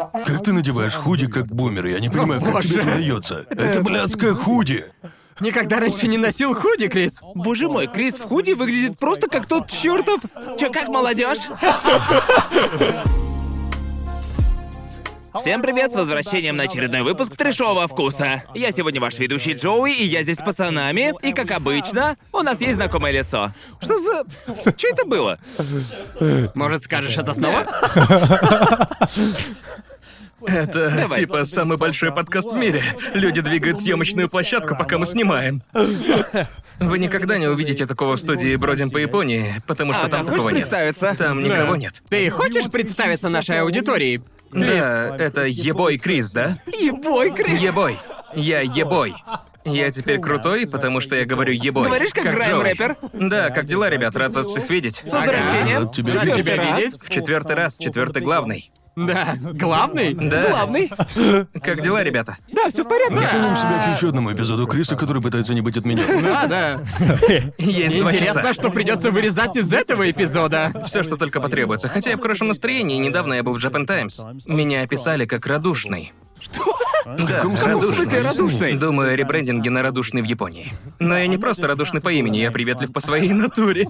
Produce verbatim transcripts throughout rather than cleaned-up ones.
Как ты надеваешь худи, как бумер? Я не понимаю, О, как боже. тебе это удается. Это блядское худи. Никогда раньше не носил худи, Крис. Боже мой, Крис в худи выглядит просто как тот чертов. Чё, как молодежь? Всем привет, с возвращением на очередной выпуск трэшового вкуса. Я сегодня ваш ведущий Джоуи, и я здесь с пацанами. И как обычно, у нас есть знакомое лицо. Что за... Что это было? Может, скажешь это снова? Это Давай. типа самый большой подкаст в мире. Люди двигают съемочную площадку, пока мы снимаем. Вы никогда не увидите такого в студии «Бродим по Японии», потому что А, там хочешь такого нет. представиться? Там никого нет. Ты хочешь представиться нашей аудитории? Да, это Ебой Крис, да? Ебой, Крис. Ебой. Я Ебой. Я теперь крутой, потому что я говорю Ебой. Говоришь, как Грайм Джоуи. рэпер? Да, как дела, ребят? Рад вас всех видеть. С возвращением. Рад тебя Рад видеть. тебя Раз. видеть. В четвертый раз, четвертый главный. Да. Главный? Да. Главный. Как дела, ребята? Да, все в порядке. Готовим себя к еще одному эпизоду Криса, который пытается не быть от меня. Да, да. Есть два Интересно, часа. что придется вырезать из этого эпизода. Все, что только потребуется. Хотя я в хорошем настроении, недавно я был в Japan Times. Меня описали как радушный. В Да, каком радушный. смысле радушный? Думаю о ребрендинге на радушный в Японии. Но я не просто радушный по имени, я приветлив по своей натуре.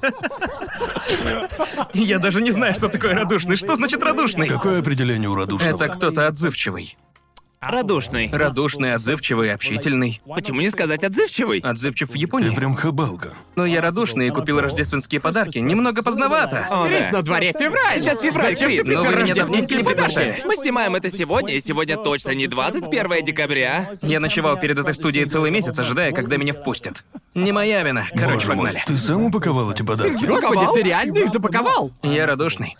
Я даже не знаю, что такое радушный. Что значит радушный? Какое определение у радушного? Это кто-то отзывчивый. Радушный. Радушный, отзывчивый, общительный. Почему не сказать отзывчивый? Отзывчив в Ты Японии. прям хабалка. Но я радушный и купил рождественские подарки. Немного поздновато. О, Крис, да. на дворе февраль. Сейчас февраль, Зачем Крис. ты Но припер вы меня рождественские давненько не подарки? приглашали. Мы снимаем это сегодня, и сегодня точно не двадцать первое декабря. Я ночевал перед этой студией целый месяц, ожидая, когда меня впустят. Не моя вина. Короче, Боже мой, погнали. ты сам упаковал эти подарки? Господи, ты реально их запаковал? Я радушный.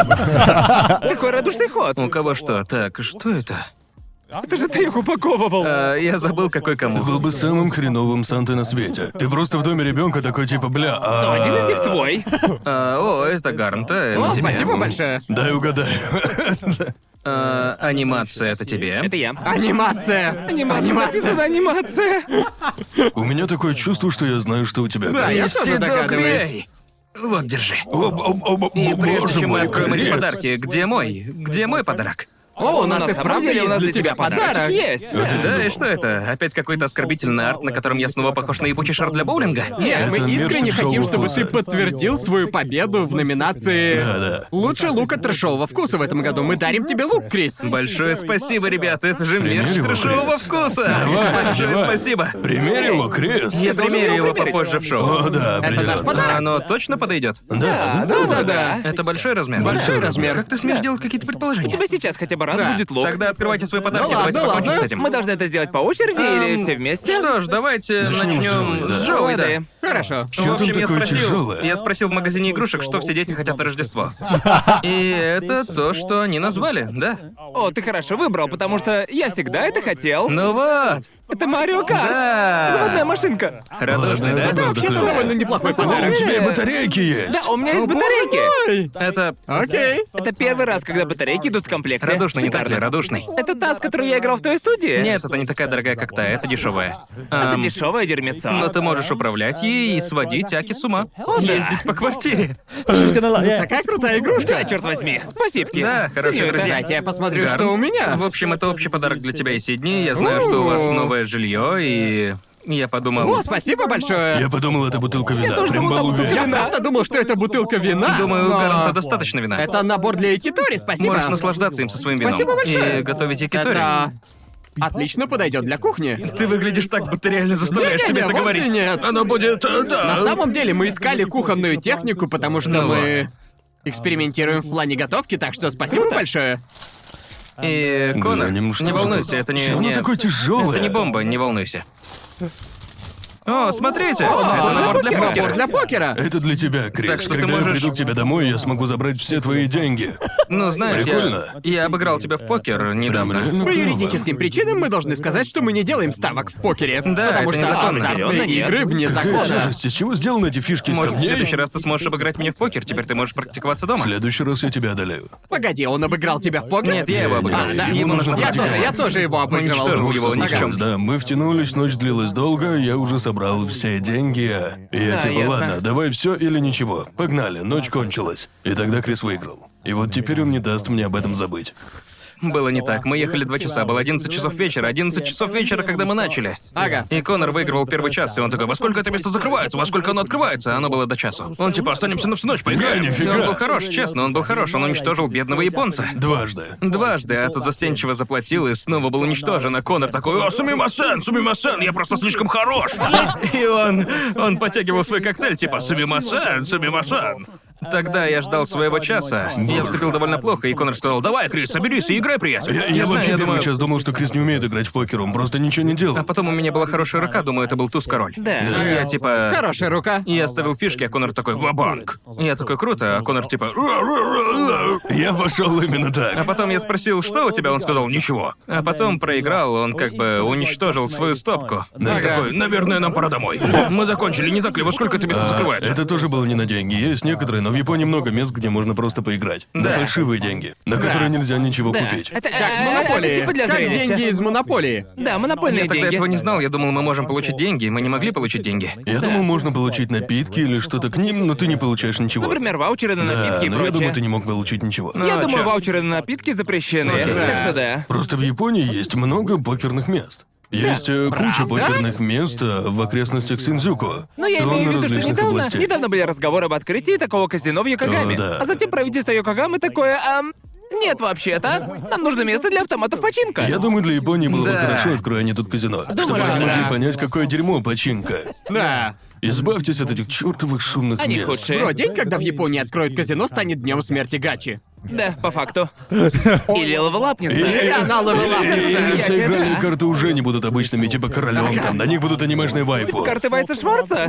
Какой радушный ход. У кого что? Так, что это? Это же ты их упаковывал. А, я забыл, какой Ты кому. был бы самым хреновым Сантой на свете. Ты просто в доме ребенка такой типа, бля, Но а... один из них твой. А, о, это Гарнта. О, это тебе. спасибо большое. Дай угадаю. А, анимация это тебе. Это я. Анимация. Анимация. Анимация. У меня такое чувство, что я знаю, что у тебя. Да, я Крис. тоже Седок догадываюсь. Вей. Вот, держи. О, о, о, о, И прежде боже чем мы мой, откроем эти Крис. подарки, где мой? Где мой подарок? О, у нас на и самом вправду деле у есть нас для тебя подарок. есть. Да, и что это? Опять какой-то оскорбительный арт, на котором я снова похож на ебучий шар для боулинга? Нет, мы Это искренне мерч хотим, трэшового чтобы ты вкуса. подтвердил свою победу в номинации Да-да. «Лучший лук от трэшового вкуса» в этом году. Мы дарим тебе лук, Крис. Большое спасибо, ребята, это же мерч Примерь его, трэшового Крис. вкуса. Давай, Большое давай. спасибо. Примерь его, Крис. Я должен примерю его его примерить. попозже в шоу. О, да, Это наш определенно. подарок. А оно точно подойдет? Да, да, Да-да-да. Это большой размер? Большой размер. Как ты смеешь делать какие-то У предположения? тебя сейчас хотя бы раз Да. будет лук. Тогда открывайте свои подарки, Ну давайте ладно, покончим ладно. с этим. Мы должны это сделать по очереди или Эм, все вместе? Что ж, давайте Начнем с начнем Джоуи, да. с Джоуи, да. Давай. Хорошо. Чё В там общем, я такое спросил, тяжелое? я спросил в магазине игрушек, что все дети хотят на Рождество. И это то, что они назвали, да? О, ты хорошо выбрал, потому что я всегда это хотел. Ну вот. Это Марио Карт. Да. Заводная машинка. Радужный, Ладно, да? это Вообще-то правда. довольно неплохой О, подарок. у тебя и батарейки есть. Да, у меня есть батарейки. Это Окей. Это первый раз, когда батарейки идут в комплекте. радушный, не так ли? Шикарно. Радушный. Это та, с которой я играл в той студии? Нет, это не такая дорогая, как та, это дешевая. Это Ам, дешевое дерьмецо. Но ты можешь управлять ей и сводить Аки с ума. да. Ездить по квартире. Такая крутая игрушка. Да, черт возьми. Спасибо. Да, хорошие друзья. Дайте я посмотрю, Гарнт. что у меня. В общем, это общий подарок для тебя и Сидни. Я знаю, что у вас новое жилье, и я подумал... О, спасибо большое. Я подумал, это бутылка вина. тоже Прям думал, был это бутылка уверен. Я правда думал, что это бутылка вина. Думаю, у но... Гарнта достаточно вина. Это набор для якитори, спасибо. Можешь наслаждаться им со своим вином. Спасибо большое. И готовить якитори. Это отлично подойдет для кухни. Ты выглядишь так, будто реально заставляешь Не-не-не, себя это вовсе говорить. нет. Оно будет... э, да. На самом деле мы искали кухонную технику, потому что Ну мы экспериментируем в плане готовки, так что спасибо большое. И, Конор, Глянем, что не же волнуйся, тут. это не... Чё оно не- такое тяжелое? Это не бомба, не волнуйся. О, смотрите, это набор для Набор покера. для покера. Это для тебя, Крис. Так что ты Когда я можешь- приду к тебе домой, я смогу забрать все твои деньги. Ну, знаешь, Прикольно. я, я обыграл тебя в покер Прям недавно. реально По клево. юридическим причинам мы должны сказать, что мы не делаем ставок в покере. Да, потому это что незаконно. азартные Определённо нет. игры вне Какая закона. тяжесть, из чего сделаны эти фишки из Может, в камней? следующий раз ты сможешь обыграть меня в покер, теперь ты можешь практиковаться В дома. следующий раз я тебя одолею. Погоди, он обыграл тебя в покер? Нет, я его обыграл. А, да. Ему нужно Я тоже, я практиковаться. тоже его обыгрывал. Уничтожил его, Просто никчём. случилось, да. Мы втянулись, ночь длилась долго, я уже собрал все деньги. И я А, типа, ясно. ладно, давай все или ничего. Погнали, ночь кончилась. И тогда Крис выиграл. И вот теперь он не даст мне об этом забыть. Было не так. Мы ехали два часа, было одиннадцать часов вечера, одиннадцать часов вечера, когда мы начали. Ага. И Конор выигрывал первый час, и он такой, во сколько это место закрывается, во сколько оно открывается, а оно было до часу. Он типа, останемся на всю ночь, поиграем. Не, И нифига. он был хорош, честно, он был хорош, он уничтожил бедного японца. Дважды. Дважды, а тут застенчиво заплатил и снова был уничтожен, а Конор такой, о, сумимасен, сумимасен, я просто слишком хорош. И он, он потягивал свой коктейль, типа, сумимасен, сумимасен. Тогда я ждал своего часа. Я вступил довольно плохо, и Конор сказал, давай, Крис, соберись и играй, приятель. Я, я знаю, вообще я первый думаю... час думал, что Крис не умеет играть в покер, он просто ничего не делал. А потом у меня была хорошая рука, думаю, это был туз-король. Да. И я типа... Хорошая рука. Я ставил фишки, а Конор такой, ва-банк. Я такой, круто, а Конор типа... Я пошел именно А так. потом я спросил, что у тебя, он сказал, ничего. А потом проиграл, он как бы уничтожил свою стопку. И такой, наверное, нам пора домой. Мы закончили, не так ли? Во сколько это место закрывается? Это тоже было не на деньги. Есть некоторые, но в Японии много мест, где можно просто поиграть. На Да. фальшивые деньги, на которые нельзя ничего Да. купить. Это, Как э, монополии. это типа для Как зрелища. деньги из монополии. Да, монопольные Я тогда деньги. этого не знал, я думал, мы можем получить деньги, мы не могли получить деньги. Я думал, можно получить напитки или что-то к ним, но ты не получаешь ничего. Например, ваучеры на Да, напитки и но я прочее. думаю, ты не мог получить ничего. Ну, Я а думаю, чё? ваучеры на напитки запрещены. Окей. Так что да. Просто в Японии есть много покерных мест. Есть э, куча покерных мест э, в окрестностях Синдзюку. Но я Тонны имею в виду, что различных недавно, областей. недавно были разговоры об открытии такого казино в Йокогаме. О, да. А затем правительство Йокогамы такое, ам, нет, вообще-то. Нам нужно место для автоматов починка. Я думаю, для Японии было бы Да. хорошо, откроя они тут казино. чтобы Думаю, они могли да. понять, какое дерьмо починка. Да. Избавьтесь от этих чертовых шумных Они мест. худшие. Бро, день, когда в Японии откроют казино, станет днем смерти гачи. Да, по факту. Или левелапница. Или она И- левелапница. и все Я- игральные да. карты уже не будут обычными, типа королем там. На них будут анимешные вайфу. Карты Вайса Шварца?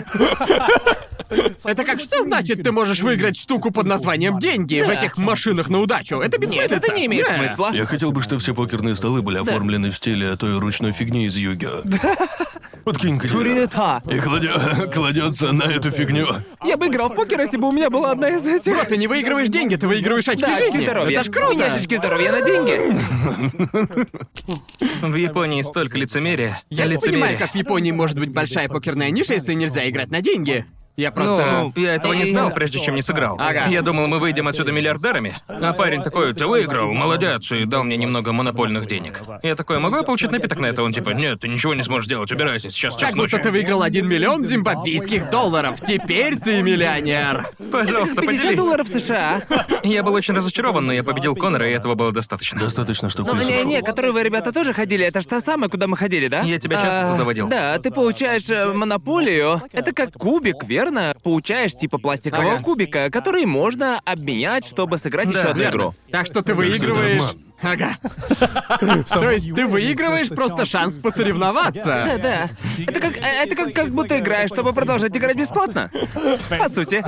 Это как что значит, ты можешь выиграть штуку под названием деньги в Да. этих машинах на удачу? Это Нет, бессмыслица. это не имеет Да. смысла. Я хотел бы, чтобы все покерные столы были оформлены в стиле той ручной фигни из Югио. Подкинь-ка её. Курита. И кладё- кладется на эту фигню. Я бы играл в покер, если бы у меня была одна из этих. Бро, ты не выигрываешь деньги, ты выигрываешь очки Да, очки жизни. здоровья. Это ж круто. У меня же очки здоровья на деньги. В Японии столько лицемерия. Я не лицемерие. понимаю, как в Японии может быть большая покерная ниша, если нельзя играть на деньги. Я просто... Ну, я этого не И- знал, прежде чем не сыграл. Ага. Я думал, мы выйдем отсюда миллиардерами. А парень такой, ты выиграл, молодец, и дал мне немного монопольных денег. Я такой, могу я получить напиток на это? Он типа, нет, ты ничего не сможешь делать, убирайся, сейчас час Как будто ночи. ты выиграл один миллион зимбабвийских долларов. Теперь ты миллионер. Пожалуйста, пятьдесят поделись. долларов США. Я был очень разочарован, но я победил Конора, и этого было достаточно. Достаточно, чтобы Ну, Крис не, ушёл. не, которую вы, ребята, тоже ходили. Это ж та самая, куда мы ходили, да? Я тебя часто А, туда водил. Да, ты получаешь э, монополию. Это как кубик, верно? Получаешь типа пластикового Ага. кубика, который можно обменять, чтобы сыграть Да, еще одну верно. игру. Так что ты это выигрываешь... обман. Ага. То есть ты выигрываешь просто шанс посоревноваться. Да, да. Это как, э, это как, как будто играешь, чтобы продолжать играть бесплатно. По сути.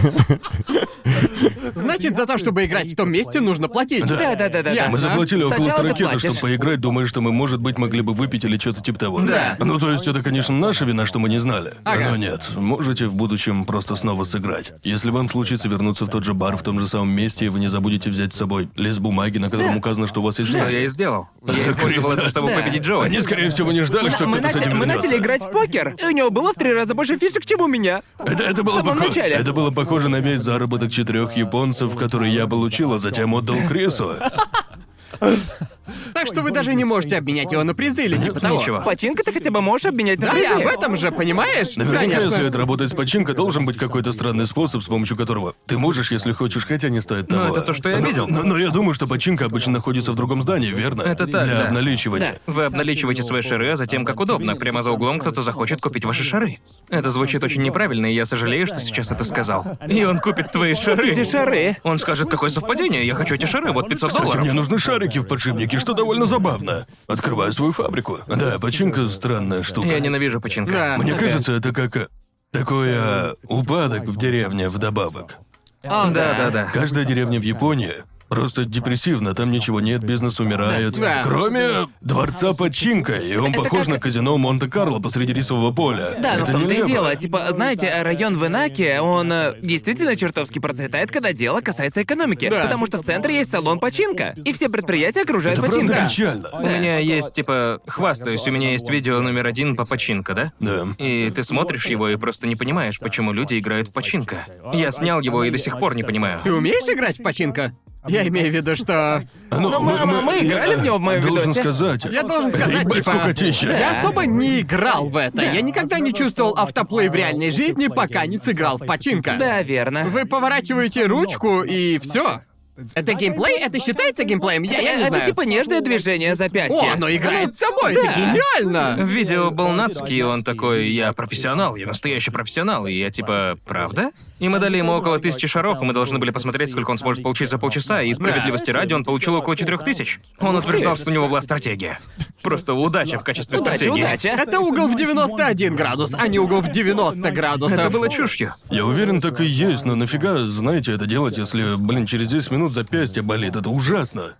Значит, за то, чтобы играть в том месте, нужно платить. Да, да, да, да. Ясно. Мы заплатили около Сначала ты сорока, платишь. чтобы поиграть, думая, что мы, может быть, могли бы выпить или что-то типа того. Да. Ну, то есть, это, конечно, наша вина, что мы не знали. Ага. Но нет, можете в будущем просто снова сыграть. Если вам случится вернуться в тот же бар в том же самом месте, и вы не забудете взять с собой лист бумаги, на котором Да. указано, что у вас есть Что что. я и сделал. Я использовал это, чтобы Да. победить Джоуи. Они, скорее всего, не ждали, что Мы, кто-то с начали, этим мы вернется. начали играть в покер, и у него было в три раза больше фишек, чем у меня. Это, это, было В самом похо- начале. это было похоже на весь заработок четырех японцев, который я получил, а затем отдал Крису. Так что вы даже не можете обменять его на призы или типа того. Ничего. Починка ты хотя бы можешь обменять на Да, призы. я об этом же, понимаешь? Наверняка, Конечно. если это работает с починкой, должен быть какой-то странный способ, с помощью которого ты можешь, если хочешь, хотя не стоит того. Ну, это то, что я Но- видел. Но, но я думаю, что починка обычно находится в другом здании, верно? Это так, Для да. обналичивания. Вы обналичиваете свои шары, а затем, как удобно, прямо за углом кто-то захочет купить ваши шары. Это звучит очень неправильно, и я сожалею, что сейчас это сказал. И он купит твои шары. Эти шары. Он скажет, какое совпадение, я хочу эти шары, вот пятьсот Кстати, долларов. мне нужны шарики в подшипнике, что довольно забавно. Открываю свою фабрику. Да, починка странная штука. Я ненавижу починка. Да. Мне Ага. кажется, это как э, такой э, упадок в деревне вдобавок. О, Да, да, да. Каждая деревня в Японии просто депрессивно, там ничего нет, бизнес умирает. Да. Кроме дворца починка, и он Это похож как- на казино Монте-Карло посреди рисового поля. Да, но это в том-то и нелепо. дело. Типа, знаете, район в Инаке, он э, действительно чертовски процветает, когда дело касается экономики. Да. Потому что в центре есть салон починка. И все предприятия окружают Это правда починка. печально. У меня есть, типа, хвастаюсь, у меня есть видео номер один по починка, да? Да. И ты смотришь его и просто не понимаешь, почему люди играют в починка. Я снял его и до сих пор не понимаю. Ты умеешь играть в починка? Я имею в виду, что... Ну, мы- мы- мы играли в него в моем Должен видосе. сказать. Я должен сказать, Ебать, типа... скукотища. Я особо не играл в это. Я никогда не чувствовал автоплей в реальной жизни, пока не сыграл в починка. Да, верно. Вы поворачиваете ручку и все. Это геймплей? Это считается геймплеем? Я, я не Это знаю. типа нежное движение запястья. О, оно играет само, это Да. гениально! В видео был Нацуки, и он такой, я профессионал, я настоящий профессионал, и я типа, правда? И мы дали ему около тысячи шаров, и мы должны были посмотреть, сколько он сможет получить за полчаса, и справедливости ради он получил около четырех тысяч. Он утверждал, что у него была стратегия. Просто удача в качестве Удача, стратегии. удача. Это угол в девяносто один градус, а не угол в девяносто градусов. Это было чушью. Я уверен, так и есть, но нафига, знаете, это делать, если, блин, через десять минут запястье болит? Это ужасно.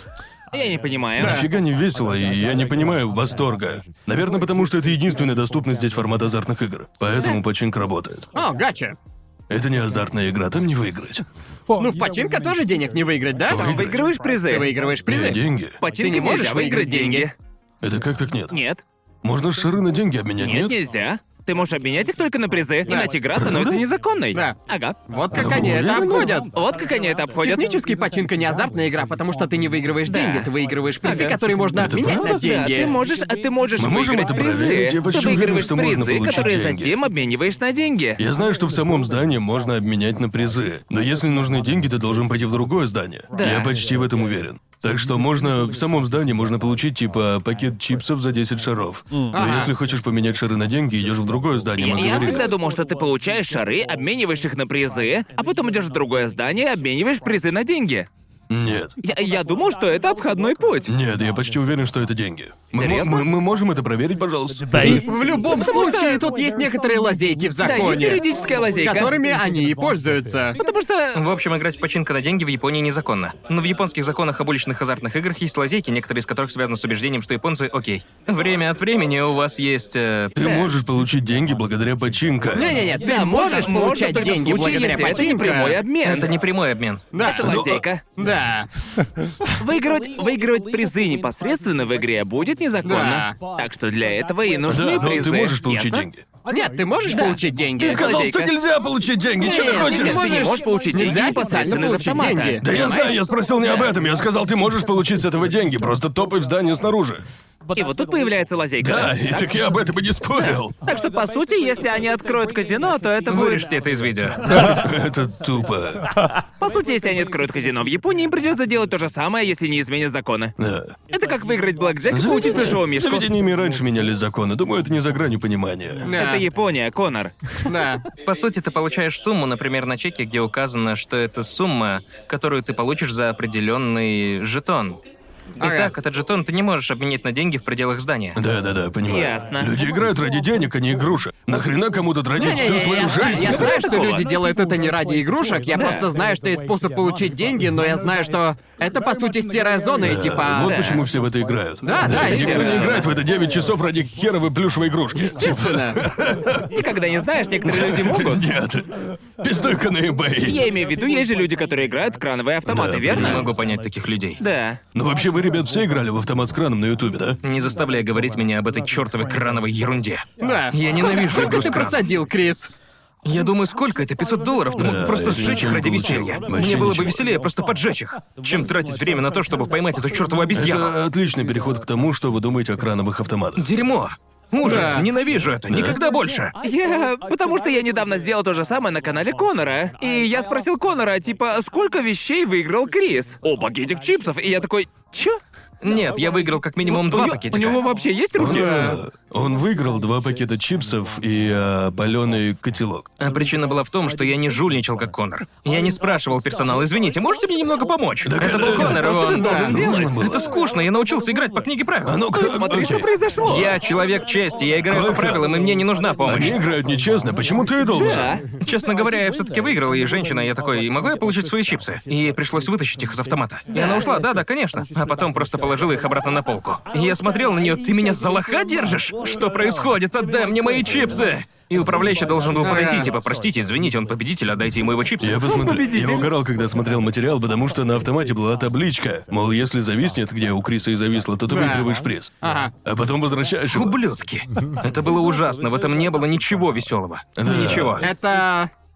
Я не понимаю. Нафига не весело, и я не понимаю восторга. Наверное, потому что это единственный доступный здесь формат азартных игр. Поэтому починка работает. О, гача. Это не азартная игра, там не выиграть. Ну, в починка тоже денег не выиграть, да? Там выигрываешь призы. Ты выигрываешь Не, призы. деньги. Починка Ты не можешь нельзя выиграть выиграть деньги. Это как так нет? Нет. Можно шары на деньги обменять, Нет, нет? нельзя. Ты можешь обменять их только на призы, иначе игра становится незаконной. Да. Ага. Вот как Ну, они это уверена? обходят. Вот как они это обходят. Технически починка не азартная игра, потому что ты не выигрываешь Да. деньги, ты выигрываешь призы, Ага. которые можно Это обменять правда? на деньги. Да, ты можешь, а ты можешь Мы можем выиграть это призы. проверить? Я почти ты уверен, выигрываешь что можно призы, получить которые деньги. затем обмениваешь на деньги. Я знаю, что в самом здании можно обменять на призы, но если нужны деньги, ты должен пойти в другое здание. Да. Я почти в этом уверен. Так что можно в самом здании можно получить типа пакет чипсов за десять шаров. Но Ага. если хочешь поменять шары на деньги, идешь в другое здание. Я, мы я говорили. всегда думал, что ты получаешь шары, обмениваешь их на призы, а потом идешь в другое здание, обмениваешь призы на деньги. Нет. Я, я думал, что это обходной путь. Нет, я почти уверен, что это деньги. Мы, мо- Серьезно? мы, мы можем это проверить, пожалуйста? В любом случае, тут есть некоторые лазейки в Да, есть законе, юридическая лазейка. которыми они и пользуются. Потому что... В общем, играть в починка на деньги в Японии незаконно. Но в японских законах об уличных азартных играх есть лазейки, некоторые из которых связаны с убеждением, что японцы окей. Время от времени у вас есть... э, Ты можешь получить деньги благодаря починка. Не-не-не, ты Да, можешь можно, получать можно только деньги в случае, благодаря если это не починка. прямой обмен. Это не прямой обмен. Да. Это лазейка. Да. Выигрывать, выигрывать призы непосредственно в игре будет незаконно. Так что для этого и нужны Да, но призы. ты можешь получить Ясно? деньги. Нет, ты можешь получить деньги. Ты сказал, Сказал, что лазейка. нельзя получить деньги. Что ты Нет, хочешь? ты Нет, ты не можешь- можешь получить деньги нельзя непосредственно официально из получить автомата. деньги. Да я знаю, я спросил не об этом. Я сказал, ты можешь получить с этого деньги. Просто топай в здание снаружи. И вот тут появляется лазейка. Да, и так я об этом и не спорил. Так что, по сути, если они откроют казино, то это будет... Вырежьте это из видео. Это тупо. По сути, если они откроют казино в Японии, им придется делать то же самое, если не изменят законы. Да. Это как выиграть блэкджек и получить плюшевую мишку. Заведениями раньше меняли законы. Думаю, это не за гранью понимания. Да. Это Япония, Конор. Да. По сути, ты получаешь сумму, например, на чеке, где указано, что это сумма, которую ты получишь за определенный жетон. Итак, этот жетон ты не можешь обменять на деньги в пределах здания. Да-да-да, понимаю. Ясно. Люди играют ради денег, а не игрушек. Нахрена кому-то тратить всю Не-не-не, свою я, знаю- жизнь? я знаю, что такого? люди делают это не ради игрушек, я Да. просто знаю, что есть способ получить деньги, но я знаю, что это по сути серая зона, и типа... Вот Да. почему все в это играют. Да, да, Никто естественно. не играет в это девять часов ради херовой плюшевой игрушки. Естественно. Никогда не знаешь, некоторые люди могут. Нет. Пиздуй-ка на eBay. Я имею в виду, есть же люди, которые играют в крановые автоматы, Да, Не верно? могу понять таких людей. Да. Ну вообще вы, ребят, все играли в автомат с краном на ютубе, да? Не заставляй говорить меня об этой чертовой крановой ерунде. Да. Я ненавижу Сколько игру с ты краном. просадил, Крис? Я думаю, сколько это? пятьсот долларов? Ты мог бы Да, просто это сжечь их ничего ради не получил. веселья. Вообще Мне было бы ничего. веселее просто поджечь их, чем тратить время на то, чтобы поймать эту чертову обезьяну. Это отличный переход к тому, что вы думаете о крановых автоматах. Дерьмо. Ужас, Да. ненавижу это, никогда больше. Я... Потому что я недавно сделал то же самое на канале Конора. И я спросил Конора, типа, сколько вещей выиграл Крис? О, пакетик чипсов. И я такой, чё? Нет, я выиграл как минимум У два него- пакетика. У него вообще есть руки? Да. Он выиграл два пакета чипсов и а, паленый котелок. А причина была в том, что я не жульничал, как Конор. Я не спрашивал персонал, извините, можете мне немного помочь? это был Конор, и что ты он... должен Да. делать? Нужно было. Это скучно, я научился играть по книге правил. А ну-ка, Смотри, что окей. произошло. Я человек чести, я играю по Как-то- правилам, и мне не нужна помощь. Они играют нечестно, почему ты должен? Да. Честно говоря, я все-таки выиграл, и женщина, я такой, могу я получить свои чипсы? И ей пришлось вытащить их из автомата. И она ушла, да-да, конечно. А потом просто положила их обратно на полку. И я смотрел на нее, ты меня за лоха держишь? Что происходит? Отдай мне мои чипсы! И управляющий должен был подойти, типа, простите, извините, он победитель, отдайте ему его чипсы. Я посмотрел. победитель. Я угорал, когда смотрел материал, потому что на автомате была табличка. Мол, если зависнет, где у Криса и зависло, то ты Да. выигрываешь приз. Ага. А потом возвращаешь его. Ублюдки. Это было ужасно, в этом не было ничего веселого. Да. Ничего. Это...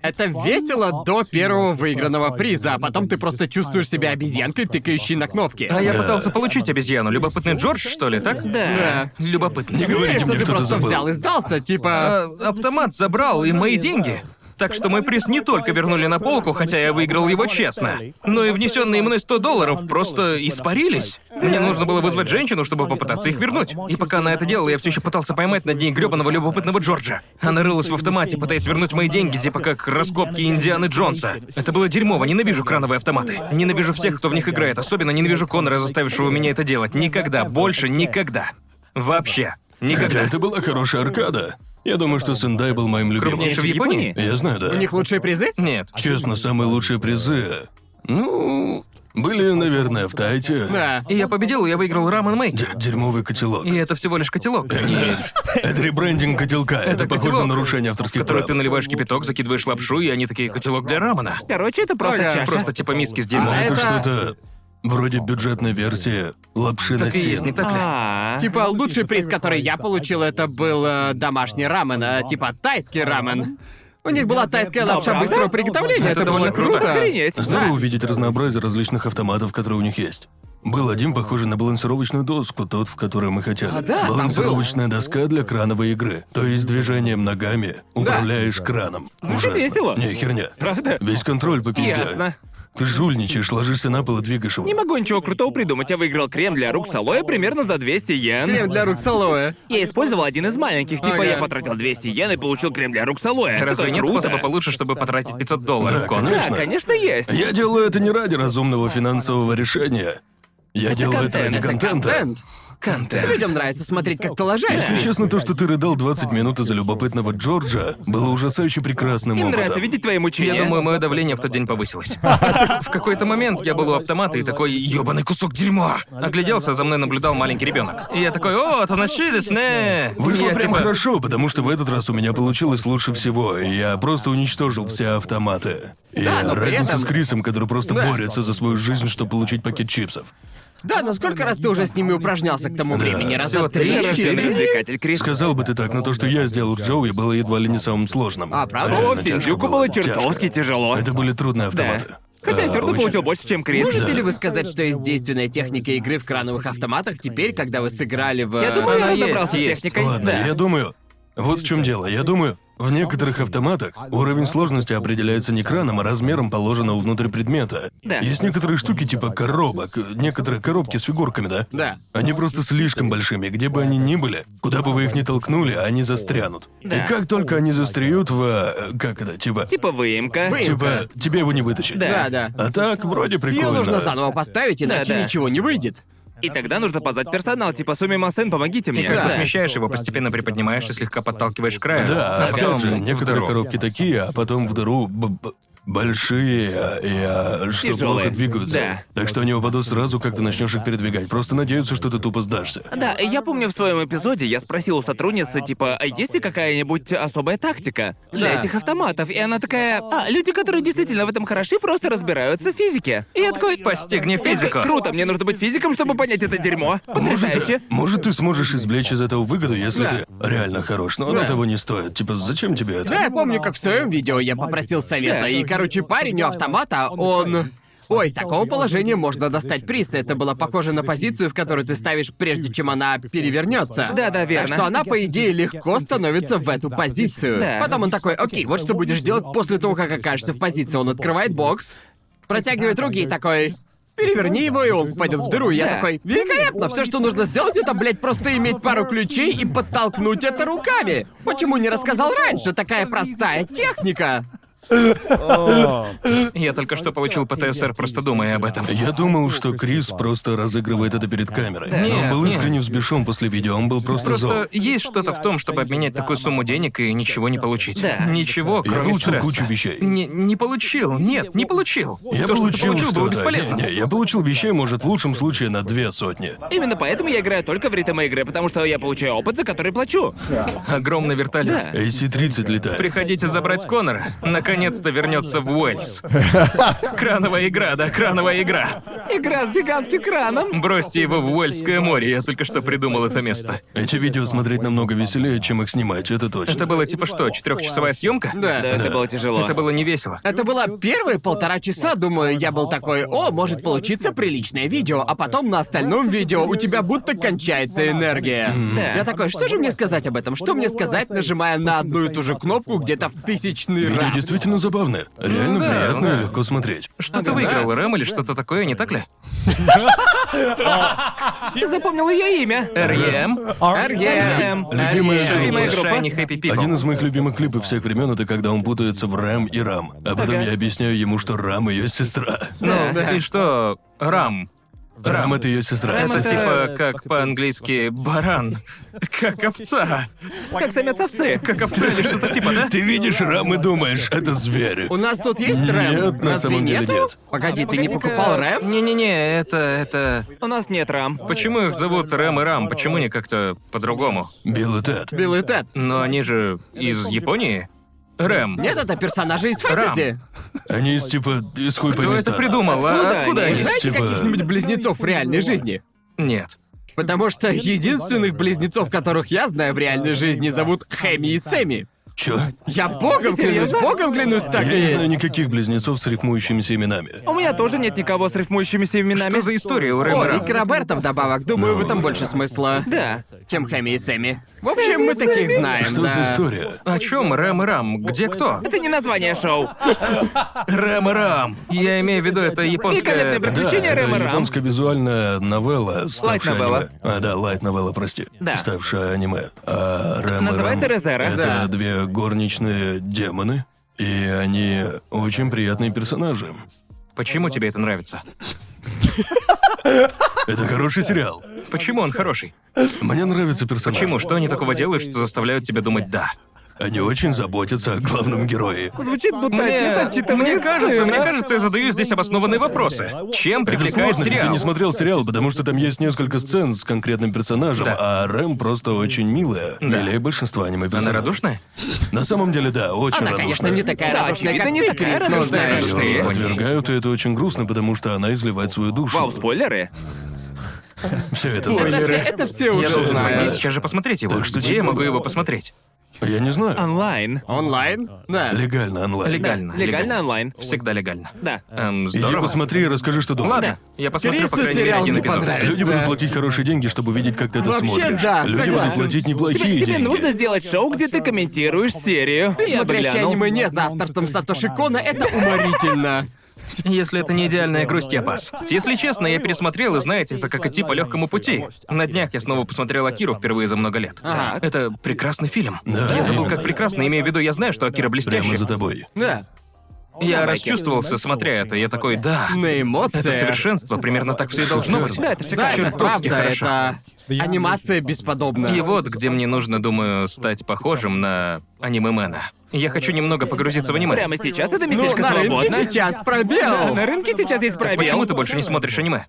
Это весело до первого выигранного приза, а потом ты просто чувствуешь себя обезьянкой, тыкающей на кнопки. А я пытался получить обезьяну. Любопытный Джордж, что ли, так? Да. Любопытный. Не Веришь, говорите что мне, ты что ты просто забыл. взял и сдался, типа... А, автомат забрал и мои деньги. Так что мой приз не только вернули на полку, хотя я выиграл его честно, но и внесенные мной сто долларов просто испарились. Мне нужно было вызвать женщину, чтобы попытаться их вернуть. И пока она это делала, я все еще пытался поймать над ней грёбаного любопытного Джорджа. Она рылась в автомате, пытаясь вернуть мои деньги, типа как раскопки Индианы Джонса. Это было дерьмово, ненавижу крановые автоматы. Ненавижу всех, кто в них играет, особенно ненавижу Конора, заставившего меня это делать. Никогда, больше никогда. Вообще. Хотя Никогда. это была хорошая аркада. Я думаю, что Сендай был моим любимым. Крупнейший в Японии? Я знаю, да. У них лучшие призы? Нет. Честно, самые лучшие призы... Ну... Были, наверное, в Тайте. Да. И я победил, я выиграл рамен мейкер. Д- Дерьмовый котелок. И это всего лишь котелок. Нет. Это ребрендинг котелка. Это, похоже котелок, на нарушение В авторских который прав. ты наливаешь кипяток, закидываешь лапшу, и они такие котелок для рамена. Короче, это просто Ага. чаша. Просто типа миски с дерьмом. Ну, это, это- что-то вроде бюджетной версии лапши на Так и есть, не сено. так ли? А, Типа, лучший приз, который я получил, это был э, домашний рамен, э, типа тайский рамен. У них была тайская лапша правда? быстрого приготовления, Это это, было довольно круто. круто. охренеть. Здорово Да. увидеть разнообразие различных автоматов, которые у них есть. Был один, похожий на балансировочную доску, тот, в который мы хотели. А, да, там Балансировочная доска для крановой игры. То есть движением ногами управляешь краном. Звучит Ужасно. весело. Не, херня. Правда? Весь контроль по пизде. Ясно. Ты жульничаешь, ложишься на пол и двигаешь его. Не могу ничего крутого придумать. Я выиграл крем для рук с алоэ примерно за двести йен. Крем для рук с алоэ. Я использовал один из маленьких, типа Ага. я потратил двести йен и получил крем для рук с алоэ. Разве Такое нет круто. способа получше, чтобы потратить пятьсот долларов, Да, Конор? конечно. Да, конечно, есть. Я делаю это не ради разумного финансового решения. Я делаю это ради контент, это контента. Контент. Контент. Людям нравится смотреть, как ты лажаешься. Если честно, то, что ты рыдал двадцать минут из-за любопытного Джорджа, было ужасающе прекрасным Им опытом. нравится видеть твои мучения. Я думаю, мое давление в тот день повысилось. В какой-то момент я был у автомата и такой ёбаный кусок дерьма. Огляделся, за мной наблюдал маленький ребенок. И я такой, о, тоносились, не. Вышло Я прям типа, хорошо, потому что в этот раз у меня получилось лучше всего, и я просто уничтожил все автоматы. И Да, но при разница этом- с Крисом, который просто Да. борется за свою жизнь, чтобы получить пакет чипсов. Да, но сколько раз ты уже с ними упражнялся к тому времени? Раза всего три, три, Рожденный четыре? развлекатель, Крис. Сказал бы ты так, но то, что я сделал с Джоуи, было едва ли не самым сложным. А, правда? Реально О, тяжко Финджуку было чертовски тяжко. тяжело. Это были трудные автоматы. Да. Хотя я А, все равно очень. получил больше, чем Крис. Можете ли вы сказать, что есть действенная техника игры в крановых автоматах теперь, когда вы сыграли в... Я думаю, я Она разобрался есть, с есть. техникой. Ладно, да. я думаю... Вот в чем дело. Я думаю, в некоторых автоматах уровень сложности определяется не краном, а размером положенного внутрь предмета. Да. Есть некоторые штуки типа коробок, некоторые коробки с фигурками, да? Да. Они просто слишком большими, где бы они ни были, куда бы вы их ни толкнули, они застрянут. Да. И как только они застряют в... э, Как это, типа... Типа выемка. Вы- Типа, тебе его не вытащить. Да. Да, да. А так, вроде Ее прикольно. нужно заново поставить, иначе да. ничего не выйдет. И тогда нужно позвать персонал, типа Сумимасен, помогите мне. И когда Да. смещаешь его, постепенно приподнимаешь и слегка подталкиваешь к краю. Да, а опять потом же, в некоторые дыру. коробки такие, а потом в дыру б- б- большие, и а, что Тяжелые. плохо двигаются. Да. Так что они упадут сразу, как ты начнешь их передвигать. Просто надеются, что ты тупо сдашься. Да, я помню в своем эпизоде я спросил у сотрудницы, типа, а есть ли какая-нибудь особая тактика для Да. этих автоматов? И она такая, а, люди, которые действительно в этом хороши, просто разбираются в физике. И я такой, Постигни «Я такой, физику. Круто, мне нужно быть физиком, чтобы понять это дерьмо. Потрясающе. Может, может, ты сможешь извлечь из этого выгоду, если Да. ты реально хорош, но оно Да. того не стоит. Типа, зачем тебе это? Да, я помню, как в своем видео я попросил совета, Да. и, короче, парень у автомата, он... Ой, с такого положения можно достать приз. Это было похоже на позицию, в которую ты ставишь, прежде чем она перевернется. Да-да, верно. Так что она, по идее, легко становится в эту позицию. Да. Потом он такой, окей, вот что будешь делать после того, как окажешься в позиции. Он открывает бокс, протягивает руки и такой... Переверни его, и он пойдет в дыру. И я Да. такой, великолепно! Все, что нужно сделать, это, блядь, просто иметь пару ключей и подтолкнуть это руками. Почему не рассказал раньше? Такая простая техника. Я только что получил ПТСР, просто думая об этом. Я думал, что Крис просто разыгрывает это перед камерой. Но он Нет, был нет. искренне взбешен после видео, он был просто, зол. Просто есть что-то в том, чтобы обменять такую сумму денег и ничего не получить. Да. Ничего, Я кроме получил стресса. кучу вещей. Не, не получил. Нет, не получил. Я То, получил что ты получил, было что-то. бесполезно. Не, не, я получил вещей, может, в лучшем случае на две сотни. Именно поэтому я играю только в ритм игры, потому что я получаю опыт, за который плачу. Огромный вертолет. Да. эй си тридцать летает. Приходите забрать Конора. Наконец. наконец-то вернется в Уэльс. Крановая игра, да, крановая игра. Игра с гигантским краном. Бросьте его в Уэльское море, я только что придумал это место. Эти видео смотреть намного веселее, чем их снимать, это точно. Это было типа что, четырехчасовая съемка? Да. Да, это было тяжело. Это было не весело. Это было первые полтора часа, думаю, я был такой, о, может получиться приличное видео, а потом на остальном видео у тебя будто кончается энергия. Да. Я такой, что же мне сказать об этом? Что мне сказать, нажимая на одну и ту же кнопку где-то в тысячный Видео раз? действительно забавное. Реально Да, приятно да. и легко смотреть. Что ты выиграл, Рэм или что-то такое, не так ли? Ты запомнил ее имя. Эр-Эм? Эр-Эм. Любимая Эр-Эм. Любимая группа. Shiny Happy People. Один из моих любимых клипов всех времен это когда он путается в Рэм и Рам. А потом Ага. я объясняю ему, что Рам ее сестра. Ну, Да. и что? Рам. Рам это ее сестра. Рам Это это- типа как по-английски баран. Как овца. Как самец овцы. Как овца или что-то типа, да? Ты видишь Рам и думаешь, это зверь. У нас тут есть Нет, рэм? на Разве самом деле нету? нет. Погоди, ты не Погоди-ка. покупал рэм? Не-не-не, это... это... У нас нет рам. Почему их зовут Рэм и Рам? Почему не как-то по-другому? Билл и Тед. Билл и Тед. Но они же из Японии? Рэм. Нет, это персонажи из фэнтези. Они из типа из хуй Кто пойми это стана. придумал? А Откуда откуда они? они? Знаете типа- каких-нибудь близнецов в реальной жизни? Нет. Потому что единственных близнецов, которых я знаю в реальной жизни, зовут Хэми и Сэмми. Чё? Я богом клянусь, серьезно? богом клянусь, так Я и не знаю есть. никаких близнецов с рифмующимися именами. У меня тоже нет никого с рифмующимися именами. Что за история у Рэма и О, Рам? Рик Роберто вдобавок, думаю, в этом больше смысла, Да. чем Хэми и Сэмми. В общем, мы таких знаем, Что да. за история? О чем Рэм и Рам? Где кто? Это не название шоу. Рэм и Рам. Я имею в виду, это японская... Великолепное Да, Приключения это Рэма Рам. японская визуальная новелла, ставшая Лайт-новелла. аниме. А, да, лайт-новелла, прости. Да. Ставшая аниме. А Рэм и Называется Рам Резера. Это Да. две горничные демоны, и они очень приятные персонажи. Почему тебе это нравится? Это хороший сериал. Почему он хороший? Мне нравятся персонажи. Почему? Что они такого делают, что заставляют тебя думать «да»? Они очень заботятся о главном герое. Звучит будто Мне, отец отчитывает мне кажется, сына. мне кажется, я задаю здесь обоснованные вопросы. Чем Это привлекает сложно, сериал? ты не смотрел сериал, потому что там есть несколько сцен с конкретным персонажем, Да. а Рэм просто очень милая. Да. Милее большинства Она аниме-персонажей. радушная? На самом деле, да, очень Она, радушная. конечно, не такая Да, радушная, очевидно, как не ты, такая Крис, но радушная, знаешь. как ты. Её отвергают, и это очень грустно, потому что она изливает свою душу. Вау, спойлеры. Все это Это знаю. все, это все уже Я должен знают. пойти сейчас же посмотреть его. Так что Где я могу его посмотреть? Я не знаю. Онлайн. Онлайн? Да. Легально онлайн. Легально. Легально онлайн. Всегда легально. Да. Эм, Иди здорово. посмотри и расскажи, что думаешь. Ладно, я посмотрю, Крису по крайней мере, сериал один не эпизод. понравится. Люди будут платить хорошие деньги, чтобы видеть, как ты это Вообще, смотришь. да, Люди будут согласен. платить неплохие Тебе, тебе деньги. нужно сделать шоу, где ты комментируешь серию. Ты, Я бы смотрящий глянул. аниме не за авторством Сатоши Кона, это уморительно. Если это не идеальная грусть, я пас. Если честно, я пересмотрел, и знаете, это как идти по легкому пути. На днях я снова посмотрел Акиру впервые за много лет. Ага. Это прекрасный фильм. Да, я забыл, именно. как прекрасно, имею в виду, я знаю, что Акира блестящий. Прямо за тобой. Да. Я Давай, расчувствовался, смотря это, я такой, да. На эмоциях. Это совершенство, примерно так все и должно быть. Да, это Да, шикарно. это чертовски правда, хорошо. это... Анимация бесподобна. И вот где мне нужно, думаю, стать похожим на аниме-мена. Я хочу немного погрузиться в аниме. Прямо сейчас эта Ну, местечко на рынке свободна. сейчас пробел. На рынке сейчас есть пробел. Почему ты больше не смотришь аниме?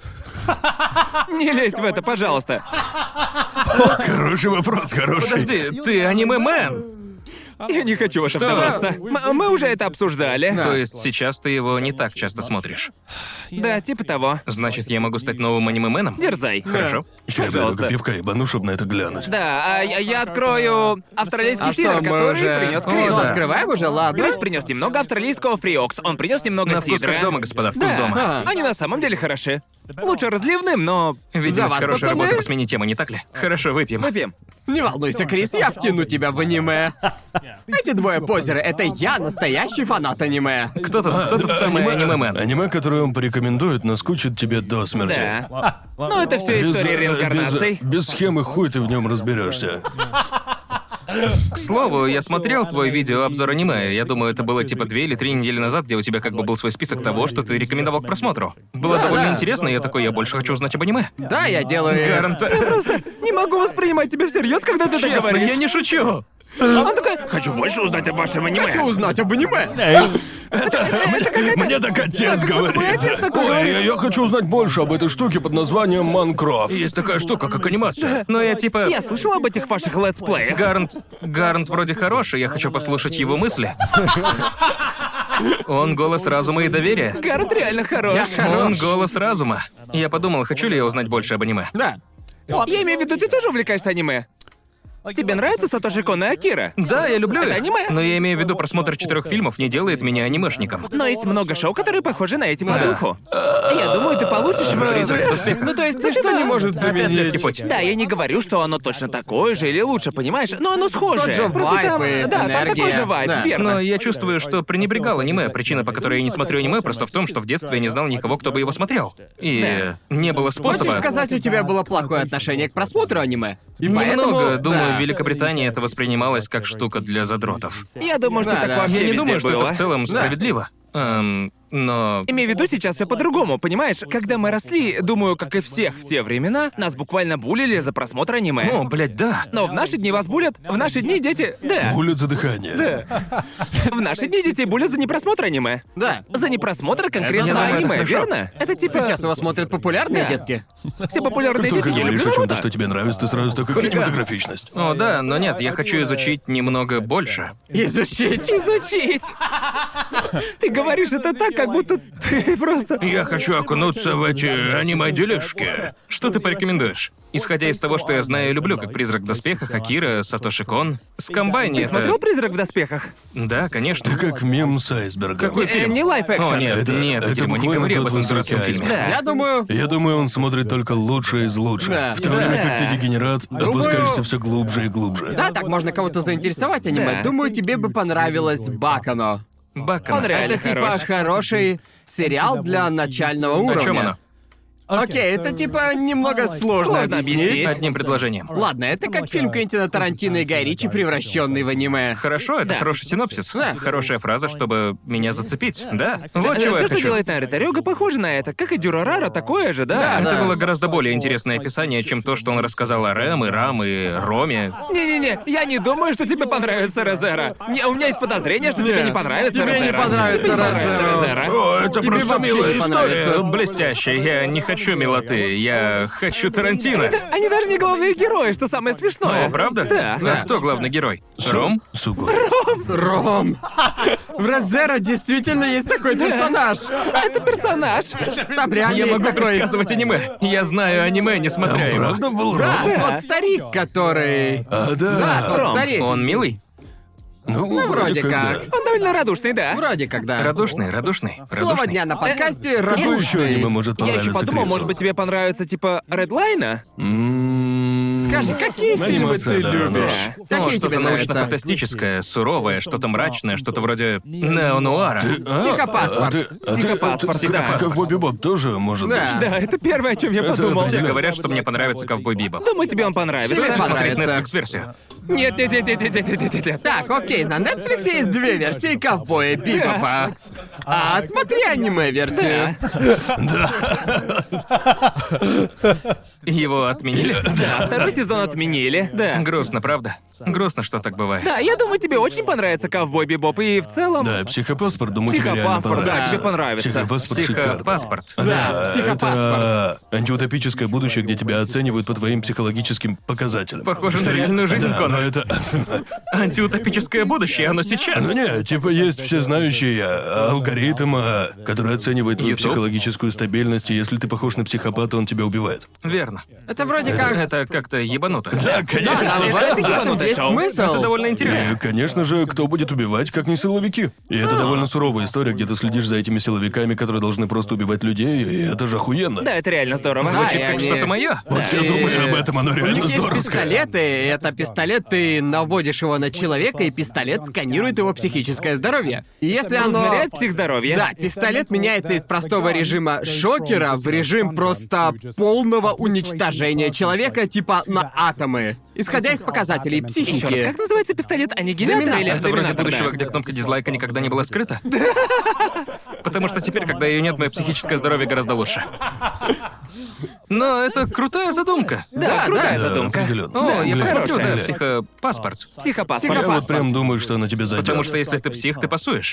Не лезь в это, пожалуйста. Хороший вопрос, хороший. Подожди, ты аниме-мен! Я не хочу в это Что? вдаваться. М- Мы уже это обсуждали. То есть сейчас ты его не так часто смотришь. Да, типа того. Значит, я могу стать новым аниме-меном? Дерзай. Хорошо. Чё, я Пожалуйста. только пивка ебану, чтобы на это глянуть. Да, а я, я открою австралийский А сидр, что, мы который уже... принес О, Крис. ну, да. открываем уже, ладно? Крис принес немного австралийского фриокс. Он принес немного На вкус сидра. как дома, господа, вкус Да, дома. они на самом деле хороши. Лучше разливным, но Видимость За вас, хорошая пацаны. работа по смене темы, не так ли? Хорошо, выпьем. выпьем. Не волнуйся, Крис, я втяну тебя в аниме. Эти двое позеры — это я, настоящий фанат аниме. Кто тут, кто тут самый аниме-мен? Аниме, которое он порекомендует, наскучит тебе до смерти. Да. Ну, это все Без, история э, реинкарнаций. Без, без схемы хуй ты в нем разберешься. К слову, я смотрел твой видеообзор аниме. Я думаю, это было типа две или три недели назад, где у тебя как бы был свой список того, что ты рекомендовал к просмотру. Было Да, довольно да. интересно, и я такой, я больше хочу узнать об аниме. Да, я делаю... Гаранта... Не могу воспринимать тебя всерьез, когда ты так Честно, говоришь. я не шучу. Он такой, хочу больше узнать об вашем аниме. Хочу узнать об аниме. Мне так отец говорит. Ой, я, я хочу узнать больше об этой штуке под названием Майнкрафт. Есть такая штука, как анимация. Но я типа... Я слышал об этих ваших летсплеях. Гарнт... Гарнт вроде хороший, я хочу послушать его мысли. Он голос разума и доверия. Гарнт реально хорош. Он голос разума. Я подумал, хочу ли я узнать больше об аниме. Да. Я имею в виду, ты тоже увлекаешься аниме? Тебе нравится Сатоши Кон и Акира? Да, я люблю Это их. аниме. Но я имею в виду, просмотр четырех фильмов не делает меня анимешником. Но есть много шоу, которые похожи на эти по Да. духу. Я думаю, ты получишь в... Призрак в доспехах. Ну, то есть ничто не может Опять легкий заменить. путь. Да, я не говорю, что оно точно такое же или лучше, понимаешь? Но оно схожее. Тот же Просто вайб там... и Да, там такой энергия. же вайб, Да. верно. Но я чувствую, что пренебрегал аниме. Причина, по которой я не смотрю аниме, просто в том, что в детстве я не знал никого, кто бы его смотрел. И не было способа... Хочешь сказать, у тебя было плохое отношение к просмотру аниме? И Немного, поэтому... думаю, да. в Великобритании это воспринималось как штука для задротов. Я думаю, что Да, так да. вообще Я не везде думаю, что было. это в целом справедливо. Эм, но... Имею в виду, сейчас все по-другому, понимаешь? Когда мы росли, думаю, как и всех в те времена, нас буквально булили за просмотр аниме. О, блядь, да. Но в наши дни вас булят, в наши дни дети... Да. Булят за дыхание. В наши дни детей булят за непросмотр аниме. Да. За непросмотр конкретно Это- это аниме, хорошо. верно? Это типа... Сейчас его смотрят популярные Да. детки. Все популярные Только дети я говоришь люблю о чем-то, народа. что тебе нравится, ты сразу такой кинематографичность. О, да, но нет, я хочу изучить немного больше. Изучить. Изучить. Ты говоришь это так, как будто ты просто... Я хочу окунуться в эти аниме-делишки. Что ты порекомендуешь? Исходя из того, что я знаю и люблю, как «Призрак в доспехах», Акира, Сатоши Кон. С комбайни это... Смотрел «Призрак в доспехах»? Да, конечно. Ты как мем с айсбергом. Какой Э, фильм? не лайф-экшн. О, нет, Это- нет, это дерьмо, не буквально говори об тот этом высокий дурацком фильме. айсберг. Я думаю... Я думаю, он смотрит только лучшее из лучших. Да. В то время Да. как ты, дегенерат, опускаешься все глубже и глубже. Да, так можно кого-то заинтересовать аниме. Да. Думаю, тебе бы понравилось Бакано. Бакана. Он реально Это типа хорош. хороший сериал для начального уровня. О чем оно? Окей, это типа немного сложно, Сложно объяснить. объяснить. Одним предложением. Ладно, это как фильм Квентина Тарантино и Гай Ричи, превращенный в аниме. Хорошо, это Да. хороший синопсис. Да. Хорошая фраза, чтобы меня зацепить. Да. Вот чего Все, я что хочу. делает Наруто Рёга, похоже на это. Как и Дюрарара, такое же, да? Да, Это да. было гораздо более интересное описание, чем то, что он рассказал о Рэм и Рам и Роме. Не-не-не, я не думаю, что тебе понравится Розера. Не, у меня есть подозрение, что тебе Нет, не понравится тебе не Розера. понравится Тебе не понравится Розера. Розера. О, это Тебе просто вообще милая не история. понравится. Блестящая. Я не хочу милоты. Я хочу Тарантино. Они даже не главные герои, что самое смешное. О, правда? Да. А кто главный герой? Ром? Сука. Ром. В Розеро действительно есть такой персонаж. Это персонаж. Там реально Я есть могу такой... предсказывать аниме. Я знаю аниме, не смотря Там его. правда был Да, Ром? тот старик, который... А, Да, да. тот Ром. старик. Он милый? Ну, вроде как. да. Он довольно радушный, да. Вроде как, да. Радушный, радушный. Слово радушный. дня на подкасте Какое еще аниме «Радушный». может Я понравиться еще подумал, Крису? может быть, тебе понравится типа Редлайна? М-м-м. Скажи, какие фильмы Анимация, ты да, любишь? да. Ну, Какие что-то тебе нравятся? научно-фантастическое, суровое, что-то мрачное, что-то вроде неонуара. А, Психопаспорт. а ты- а ты- Психопаспорт, ты- ты- да. Как Бобби Боб тоже может Да. быть. Да, это первое, о чем я подумал. это- Все говорят, что мне понравится Ковбой Бибоп. Думаю, тебе он понравится. Тебе Смотреть понравится. Netflix-версию. Нет, нет, нет, нет, нет, нет, нет, нет, нет. Так, окей, на Netflix есть две версии ковбоя Бибопа. А смотри аниме-версию. Его отменили? Да, второй сезон отменили. Да. Грустно, правда? Грустно, что так бывает. Да, я думаю, тебе очень понравится Ковбой Бибоп, и в целом... Да, психопаспорт, думаю, тебе реально Психопаспорт, да, понравится. тебе понравится. Психопаспорт шикарно. Психопаспорт. Да, психопаспорт. это антиутопическое будущее, где тебя оценивают по твоим психологическим показателям. Похоже на Что- реальную жизнь, да, Конор. но это... Антиутопическое будущее, оно сейчас. Ну не, типа есть всезнающий а, алгоритм, а, который оценивает твою YouTube? психологическую стабильность, и если ты похож на психопата, он тебя убивает. Верно. Это вроде как... Это как-то ебануто. Да, Да, конечно. там в этом- в этом есть Это смысл. довольно И, интересно. конечно же, кто будет убивать, как не силовики. И это довольно суровая история, где ты следишь за этими силовиками, которые должны просто убивать людей, и это же охуенно. Да, это реально здорово. Да, Звучит и как они- что-то мое. Вот я И- думаю об этом, оно У них реально есть здоровское. пистолеты, и это пистолет, ты наводишь его на человека, и пистолет сканирует его психическое здоровье. И если оно... Измеряет психздоровье. Да, пистолет меняется из простого режима шокера в режим просто полного уничтожения человека, типа на атомы. Исходя из показателей Еще раз, психики. как называется пистолет? Аннигилятор Доминатор. или Это вроде доминатор, будущего, да. где кнопка дизлайка никогда не была скрыта. Потому что теперь, когда ее нет, мое психическое здоровье гораздо лучше. Но это крутая задумка. Да, крутая Да, задумка. определенно. О, Да, я блин. посмотрю, да, хорошая. психопаспорт. Психопаспорт. Я вот прям думаю, что на тебя зайдет. Потому что если ты псих, ты пасуешь.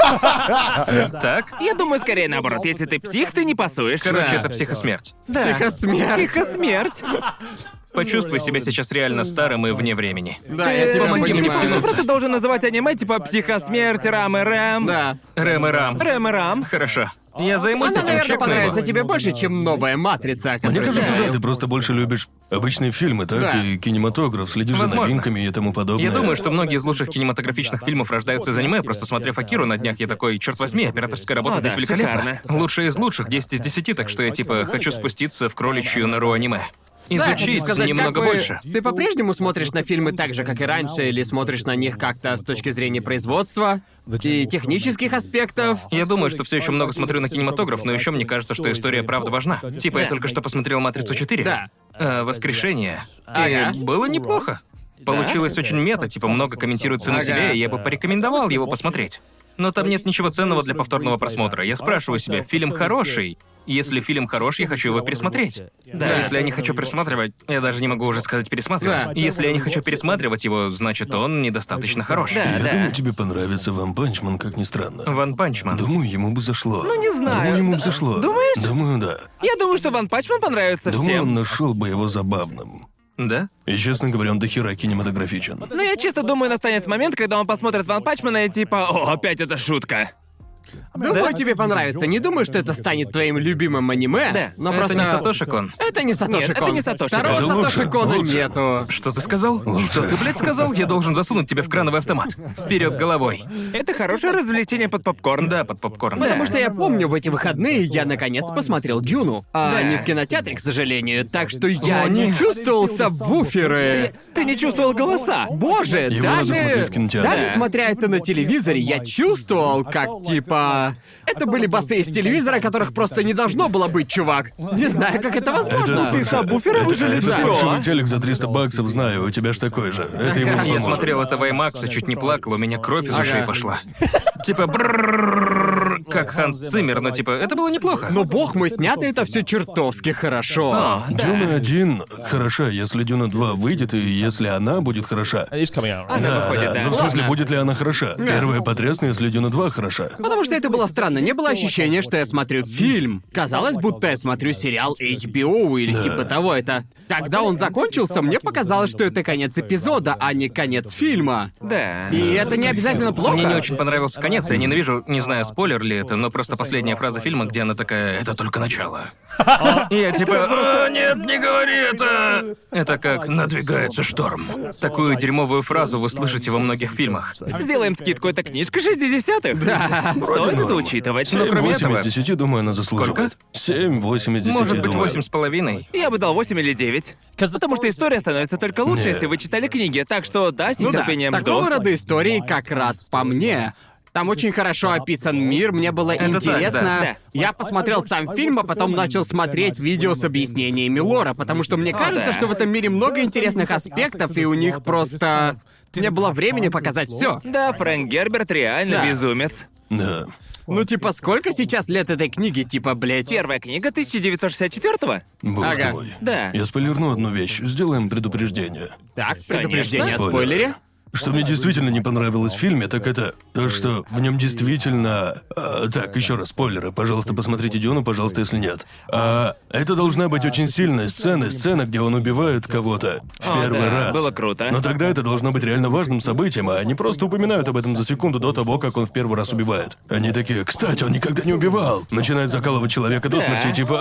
Так? Я думаю, скорее наоборот. Если ты псих, ты не пасуешь. Короче, Да. это психосмерть. Да. Психосмерть. Психосмерть. Почувствуй себя сейчас реально старым и вне времени. Да, я тебя помоги мне понимаю. Ты втянуться. просто должен называть аниме типа «Психосмерть», «Рам и Рэм». Да. Рэм и Рам. «Рэм и Рам». Хорошо. Я займусь Она, этим, наверное, чекну понравится его. тебе больше, чем новая «Матрица». Мне которую кажется, ты да, ты просто больше любишь обычные фильмы, так? Да. И кинематограф, следишь за Возможно. новинками и тому подобное. Я думаю, что многие из лучших кинематографичных фильмов рождаются из аниме. Просто смотрев Акиру на днях, я такой, черт возьми, операторская работа О, здесь да, великолепна. шикарно. Лучшая из лучших, десять из десяти, так что я типа хочу спуститься в кроличью нору аниме. Да, я хочу Изучить сказать, немного как бы, больше. Ты по-прежнему смотришь на фильмы так же, как и раньше, или смотришь на них как-то с точки зрения производства и технических аспектов? Я думаю, что все еще много смотрю на кинематограф, но еще мне кажется, что история правда важна. Типа я только что посмотрел «Матрицу четыре». Да. Э, «Воскрешение». Ага. И было неплохо. Получилось очень мета, типа много комментируется на Ага. себе, и я бы порекомендовал его посмотреть. Но там нет ничего ценного для повторного просмотра. Я спрашиваю себя, фильм хороший? Если фильм хорош, я хочу его пересмотреть. Да. Если я не хочу пересматривать, я даже не могу уже сказать пересматривать. Да. Если я не хочу пересматривать его, значит он недостаточно хорош. Да, Я да. думаю, тебе понравится Ван Панчман, как ни странно. Ван Панчман. Думаю, ему бы зашло. Ну, не знаю. Думаю, ему бы зашло. Думаешь? Думаю, да. Я думаю, что Ван Панчман понравится Думаю, он всем. нашел бы его забавным. Да? И, честно говоря, он дохера кинематографичен. Но я често думаю, настанет момент, когда он посмотрит Ван Панчмана и типа, о, опять это шутка. Думаю, тебе понравится. Не думаю, что это станет твоим любимым аниме, Да. но Это просто... не Сатоши Кон. Это не Сатоши Нет, это Кон. не Сатоши Второго Кон. Это Сатоши лучше, Кона лучше. нету. Что ты сказал? Что ты, блядь, сказал? Я должен засунуть тебя в крановый автомат. Вперед головой. Это хорошее развлечение под попкорн. Да, под попкорн. Потому что я помню, в эти выходные я наконец посмотрел Дюну. А Да. не в кинотеатре, к сожалению. Так что я О, не нет. чувствовал сабвуферы. Ты не чувствовал голоса? Боже, Его надо даже... смотреть в кинотеатре. Даже Да. смотря это на телевизоре, я чувствовал, как типа... Это были басы из телевизора, которых просто не должно было быть, чувак. Не знаю, как это возможно. Это- сабвуфера Это, выжили это всё. фальшивый телек за триста баксов, знаю, у тебя ж такой же. Это ему не Я Я поможет. смотрел это в IMAX и чуть не плакал, у меня кровь из Ага. ушей пошла. Типа брррррррр, как Ханс Циммер, но типа это было неплохо. Но бог мой, снято это все чертовски хорошо. О, да. Дюна один хороша, если Дюна два выйдет, и если она будет хороша. It's coming out, right? Она Да, выходит, да. да. Ну, в смысле, Ладно. будет ли она хороша? Первая потрясно, если Дюна два хороша. Потому что это было странно. Не было ощущения, что я смотрю фильм. Казалось, будто я смотрю сериал эйч би о или Да. типа того. Это... Когда он закончился, мне показалось, что это конец эпизода, а не конец фильма. Да. И это не обязательно плохо. Мне не очень понравился конец, я ненавижу, не знаю, спойлер ли это, но просто последняя фраза фильма, где она такая, это только начало. И я типа, «А, нет, не говори это! Это как надвигается шторм. Такую дерьмовую фразу вы слышите во многих фильмах. Сделаем скидку, это книжка шестидесятых. Да. Стоит это учитывать. Ну, кроме восемь этого- из десяти, думаю, она заслуживает. семь, восемь из десяти, Может быть, думаю. восемь с половиной. Я бы дал восемь или девять. Потому что история становится только лучше, Не. если вы читали книги. Так что да, с Ну да, нетерпением такого жду. рода истории как раз по мне. Там очень хорошо описан мир, мне было Это так, интересно. да. Да. Я посмотрел сам фильм, а потом начал смотреть видео с объяснениями лора, потому что мне кажется, да. что в этом мире много интересных аспектов, и у них просто не было времени показать все. Да, Фрэнк Герберт реально Да. безумец. Да. Ну типа, сколько сейчас лет этой книги, типа, блядь? Первая книга тысяча девятьсот шестьдесят четвёртого? Бог Ага. ты мой. Да. Я спойлерну одну вещь. Сделаем предупреждение. Так, предупреждение о Спойлер. спойлере. Что мне действительно не понравилось в фильме, так это то, что в нем действительно... а, так, еще раз, спойлеры. Пожалуйста, посмотрите Дюну, пожалуйста, если нет. А, это должна быть очень сильная сцена, сцена, где он убивает кого-то в О, первый да, раз. было круто. Но тогда это должно быть реально важным событием, а они просто упоминают об этом за секунду до того, как он в первый раз убивает. Они такие, кстати, он никогда не убивал. Начинают закалывать человека до Да. смерти, типа...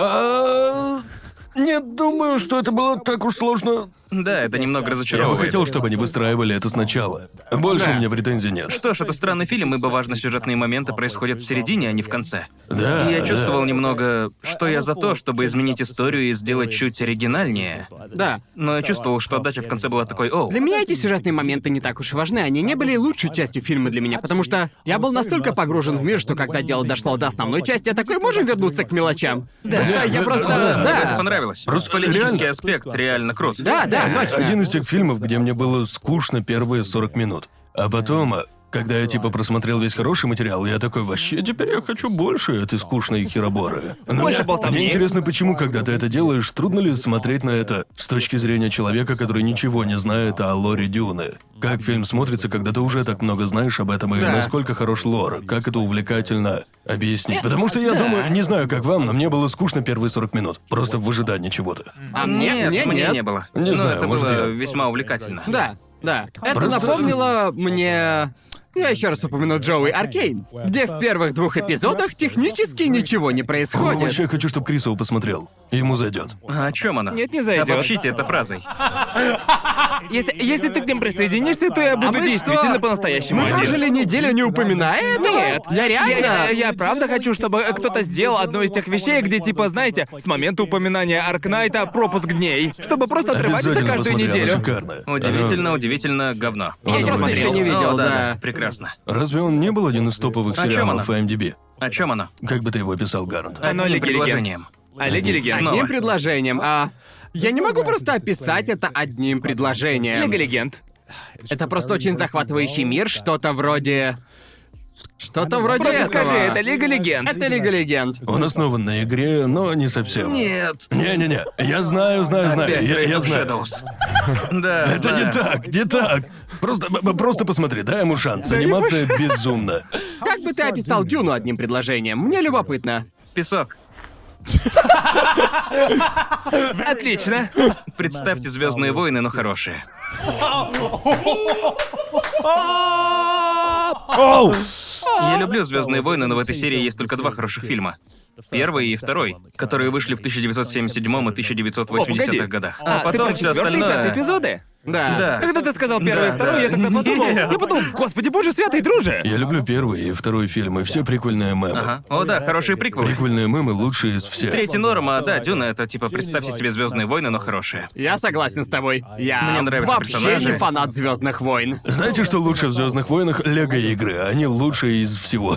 «А, нет, думаю, что это было так уж сложно. Да, это немного Я бы разочаровывает. хотел, чтобы они выстраивали это сначала. Больше Да. у меня претензий нет. Что ж, это странный фильм, ибо важно сюжетные моменты происходят в середине, а не в конце. Да, И я да. чувствовал немного, что я за то, чтобы изменить историю и сделать чуть оригинальнее. Да. Но я чувствовал, что отдача в конце была такой, оу. Для меня эти сюжетные моменты не так уж и важны, они не были лучшей частью фильма для меня, потому что я был настолько погружен в мир, что когда дело дошло до основной части, я такой, можем вернуться к мелочам? Да, я просто... Мне это Да, понравилось. Просто Политический реально. аспект реально крут. да, да, точно. Один из тех фильмов, где мне было скучно первые сорок минут. А потом... а, Когда я типа просмотрел весь хороший материал, я такой, вообще, теперь я хочу больше этой скучной хероборы. Но Больше мне, болтовни. мне интересно, почему, когда ты это делаешь, трудно ли смотреть на это с точки зрения человека, который ничего не знает о лоре Дюны? Как фильм смотрится, когда ты уже так много знаешь об этом, и Да. насколько хорош лор, как это увлекательно объяснить. Потому что я думаю, не знаю, как вам, но мне было скучно первые сорок минут. Просто в ожидании чего-то. А мне, Нет, мне мне нет. не было. Не Но знаю, это может, было я- весьма увлекательно. Да, да. Это Просто- напомнило мне... Я еще раз упомяну Джоуи Аркейн, где в первых двух эпизодах технически ничего не О, происходит. вообще, я хочу, чтобы Крис его посмотрел. Ему зайдет. А о чем она? Нет, не зайдёт. Обобщите это фразой. Если, если ты к ним присоединишься, то я буду А мы действительно что? по-настоящему Мы один. прожили неделю, не упоминая этого? Нет, Я реально... Я, я- я правда хочу, чтобы кто-то сделал одну из тех вещей, где типа, знаете, с момента упоминания Аркнайта пропуск дней, чтобы просто отрывать это Обязательно каждую посмотри, она неделю. шикарная. Удивительно, удивительно, говно. Я Она просто еще не смотрела. видел, О, да, да. да, прекрасно. Она- Разве он не был один из топовых О чём сериалов она? эм ди би? О чем она? Как бы ты его описал, Гарант? Оно Одним Лиги Легенд. предложением. А Лиги Легенд. Снова. Одним предложением, а... Я не могу просто описать это одним предложением. Лига Легенд. Это просто очень захватывающий мир, что-то вроде... Что-то вроде Просто этого. скажи, это Лига Легенд. Это Лига Легенд. Он основан на игре, но не совсем. Нет. Не-не-не, я знаю, знаю, знаю, Опять я, Raid я of знаю. Shadows. Да, Это знаю. не так, не так. Просто, б- б- просто посмотри, дай ему шанс. Анимация безумна. Как бы ты описал Дюну одним предложением? Мне любопытно. Песок. Отлично. Представьте Звездные войны, но хорошие. Я люблю Звездные войны, но в этой серии есть только два хороших фильма. Первый и второй, которые вышли в тысяча девятьсот семьдесят седьмом и тысяча девятьсот О, погоди. восьмидесятых годах. А, А потом ты про все четвёртый и пятый остальное. эпизоды? Да. Да. Когда ты сказал первый и Да, второй, да. я тогда подумал. Нет. Я подумал, господи боже, святый друже! Я люблю первый и второй фильмы, все приквельные мемы. Ага. О, да, хорошие приквелы. Приквельные мемы лучшие из всех. Третий норм, а да, Дюна это типа представьте себе Звездные войны, но хорошие. Я согласен с тобой. Я Мне нравятся вообще персонажи. не фанат Звездных войн. Знаете, что лучше в Звездных войнах? Лего игры. Они лучшие из всего.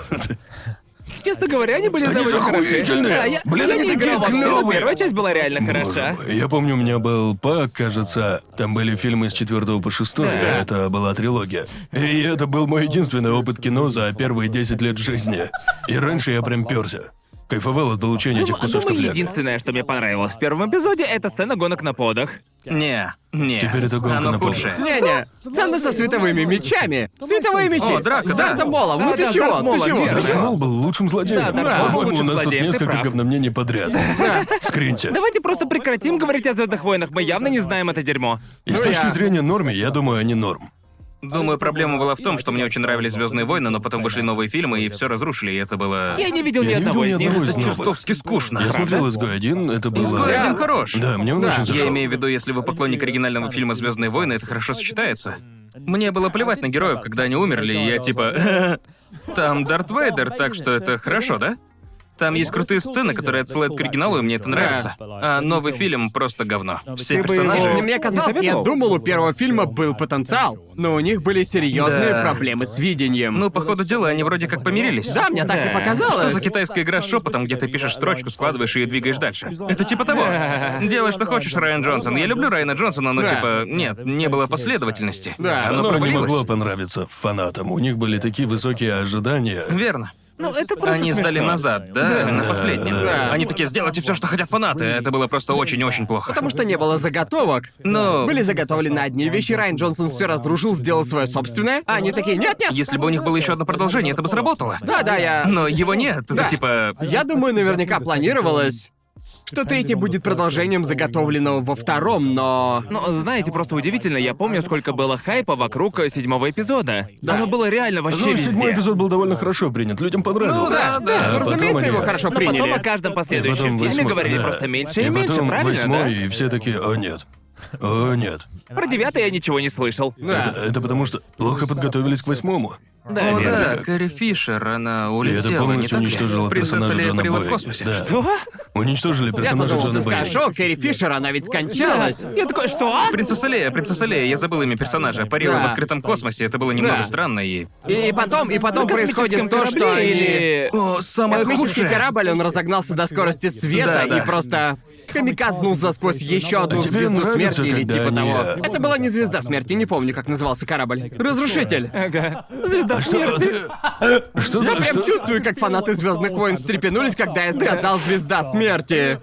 Честно говоря, они были Они довольно же хорошие. охуительные. Да, я, Блин, я они не играл во такие все, но клёвые. первая часть была реально хороша. Боже мой. Я помню, у меня был пак, кажется, там были фильмы с четвертого по шестой, Да. это была трилогия. И это был мой единственный опыт кино за первые десять лет жизни. И раньше я прям пёрся. Кайфовал от получения этих Дум- кусочков Думаю, лего. единственное, что мне понравилось в первом эпизоде, это сцена гонок на подах. Не, не. Теперь это гонка Оно на пол. худшее. Не-не, сцена со световыми мечами. Световые мечи. О, драка, С да. Дартом Молом. Ну Да, ты да, чего? Дарт Ты Молом, чего? верно. Ты Дарт чего? Мол был лучшим злодеем. Да, Дарт Мол был По-моему, у лучшим нас тут злодеем, ты несколько прав. говномнений подряд. Скриньте. Давайте просто прекратим говорить о Звездных войнах, мы явно не знаем это дерьмо. И с Ну, точки я- зрения норме, я думаю, они норм. Думаю, проблема была в том, что мне очень нравились Звездные войны, но потом вышли новые фильмы и все разрушили, и это было. Я не видел ни Я не одного видел из ни них. одного из Это новых. чертовски скучно. Я Правда? смотрел «Изгой один», это было... Изгой один хорош. Да, мне он Да. очень Я зашел. имею в виду, если вы поклонник оригинального фильма Звездные войны, это хорошо сочетается. Мне было плевать на героев, когда они умерли, и я типа. Там Дарт Вейдер, так что это хорошо, да? Там есть крутые сцены, которые отсылают к оригиналу, и мне это нравится. А новый фильм просто говно. Все Ты бы персонажи. его- Мне, мне казалось, я советовал? думал, у первого фильма был потенциал, но у них были серьезные Да. проблемы с видением. Ну, по ходу дела, они вроде как помирились. да, мне так и Да. показалось. Что за китайская игра с шепотом, где ты пишешь строчку, складываешь ее и двигаешь дальше? Это типа того. Делай, что хочешь, Райан Джонсон. Я люблю Райана Джонсона, но Да. типа, нет, не было последовательности. Да. Оно Оно не провалилось. могло понравиться фанатам. У них были такие высокие ожидания. Верно. Ну, это просто Они сдали смешно. назад, да, на последнем. да. Они такие, сделайте все, что хотят фанаты. Это было просто очень-очень плохо. Потому что не было заготовок. Но Были заготовлены одни вещи, Райан Джонсон все разрушил, сделал свое собственное, а они такие, нет-нет. если бы у них было еще одно продолжение, это бы сработало. Да-да, я... Но его нет. Да. Это типа. Я думаю, наверняка планировалось, что третий будет продолжением заготовленного во втором, но... Но, знаете, просто удивительно, я помню, сколько было хайпа вокруг э, седьмого эпизода. Да. Оно было реально вообще Ну, седьмой везде. эпизод был довольно хорошо принят, людям понравилось. Ну да, да, А потом разумеется, они- его хорошо Но приняли. потом о каждом И последующем потом фильме восьмой- говорили да. просто меньше и, И меньше, потом правильно, восьмой, да? и все такие, о нет. О нет. Про девятый я ничего не слышал. Это, это потому что плохо подготовились к восьмому. Да, О, верно. да, Кэрри Фишер, она И это улетела, не полностью так ли? уничтожила Принцесса персонажа Лея Джона парила в Боега. космосе. Да. Что? Уничтожили Я-то персонажа думал, ты Джона скажешь, Боега. о, Кэрри Фишер, она ведь скончалась. Я такой, что? Принцесса Лея, принцесса Лея, я забыл имя персонажа, парила Да. в открытом космосе, это было немного Да. странно и... И потом, и потом На происходит космическом то, что корабле они... или- О, самое Космический худшее. корабль, он разогнался до скорости света Да, да. и просто... камикадзнулся сквозь еще одну А тебе звезду нравится, смерти или когда типа они- того. Это была не звезда смерти, не помню, как назывался корабль. Разрушитель. Ага. Звезда Что смерти. ты... Что Я ты- прям что- чувствую, как фанаты Звездных войн встрепенулись, когда я сказал «Звезда смерти».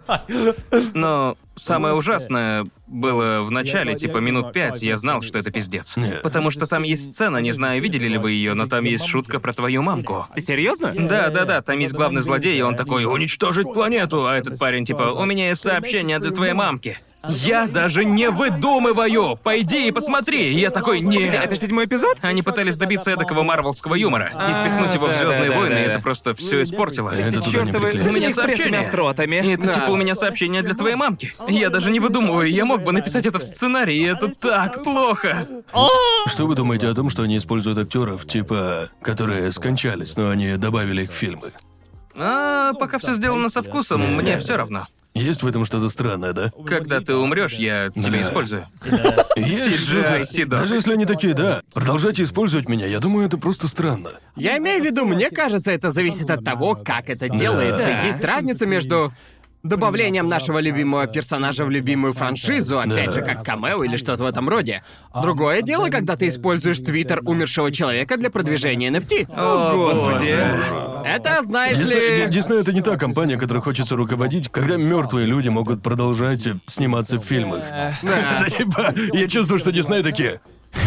Но самое ужасное было в начале, типа минут пять, я знал, что это пиздец. Нет. Потому что там есть сцена, не знаю, видели ли вы ее, но там есть шутка про твою мамку. Серьезно? Да, да, да, там есть главный злодей, и он такой: уничтожить планету, а этот парень типа: у меня есть сообщение для твоей мамки. Я даже не выдумываю! Пойди и посмотри! И я такой: нет. Это седьмой эпизод? Они пытались добиться эдакого марвелского юмора и впихнуть его в да, Звездные да, да, войны, и да. это просто все испортило. Это туда не Чёртовы приклеили. У меня с пресными сообщение. остротами. И это Да. типа у меня сообщение для твоей мамки. Я даже не выдумываю, я мог бы написать это в сценарии, и это так плохо. Что вы думаете о том, что они используют актеров, типа, которые скончались, но они добавили их в фильмы? А пока все сделано со вкусом, мне все равно. Есть в этом что-то странное, да? Когда ты умрешь, я тебя Да. использую. Есть Си джи ай, что-то- Си-дог. Даже если они такие, да, продолжайте использовать меня, я думаю, это просто странно. Я имею в виду, мне кажется, это зависит от того, как это делается. Да. Есть разница между добавлением нашего любимого персонажа в любимую франшизу, опять Да. же, как камео или что-то в этом роде. Другое дело, когда ты используешь твиттер умершего человека для продвижения эн эф ти. О, господи. Это, знаешь Дисней, ли... Дисней это не та компания, которой хочется руководить, когда мертвые люди могут продолжать э, сниматься в фильмах. Это типа, я чувствую, что Дисней такие.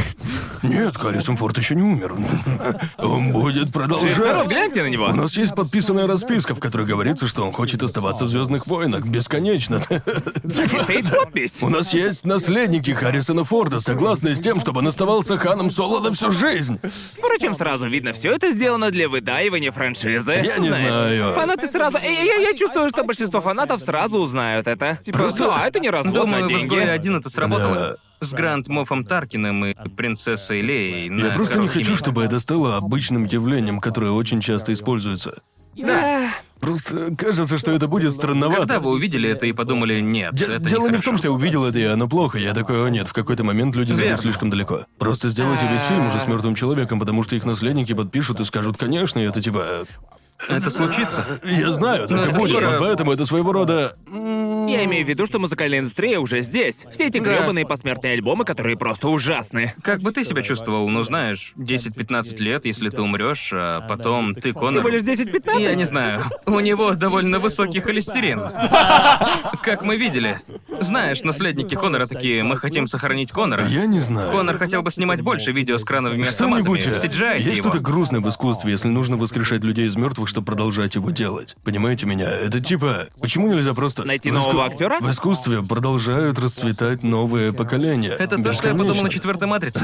Нет, Харрисон Форд еще не умер. Он будет Здоров, продолжать. гляньте на него. У нас есть подписанная расписка, в которой говорится, что он хочет оставаться в Звездных войнах бесконечно. Стоит подпись. У нас есть наследники Харрисона Форда, согласные с тем, чтобы он оставался Ханом Соло на всю жизнь. Впрочем, сразу видно, все это сделано для выдаивания франшизы. Я не Знаешь, знаю. Фанаты сразу. Я, я- я чувствую, что большинство фанатов сразу узнают это. Типа, Просто- да, это не развод Думаю, на в деньги. «Изгое один» это сработало. Да. С Гранд Моффом Таркиным и принцессой Леей. Я на просто не короткий хочу, миг. чтобы это стало обычным явлением, которое очень часто используется. Да. Просто кажется, что это будет странновато. Когда вы увидели это и подумали: нет, Де- это Дело не в нехорошо. том, что я увидел это, и оно плохо. Я такой: о нет, в какой-то момент люди зайдут Верно. слишком далеко. Просто сделайте весь фильм уже с мертвым человеком, потому что их наследники подпишут и скажут, конечно, и это типа. э, Это случится? Я знаю, так и это будет. скоро- Вот поэтому это своего рода. Я имею в виду, что музыкальная индустрия уже здесь. Все эти грёбаные посмертные альбомы, которые просто ужасны. Как бы ты себя чувствовал, ну знаешь, десять-пятнадцать лет, если ты умрешь, а потом ты Конор. Всего лишь десять-пятнадцать? Я не знаю. У него довольно высокий холестерин. Как мы видели. Знаешь, наследники Конора такие: мы хотим сохранить Конора. Я не знаю. Конор хотел бы снимать больше видео с крановыми автоматами. Что-нибудь. В си джи ай Есть его. что-то грустное в искусстве, если нужно воскрешать людей из мертвых, чтобы продолжать его делать. Понимаете меня? Это типа. Почему нельзя просто. Найти в иску- нового актера? В искусстве продолжают расцветать новые поколения. Это то, что я подумал Бесконечно. на четвертой матрице.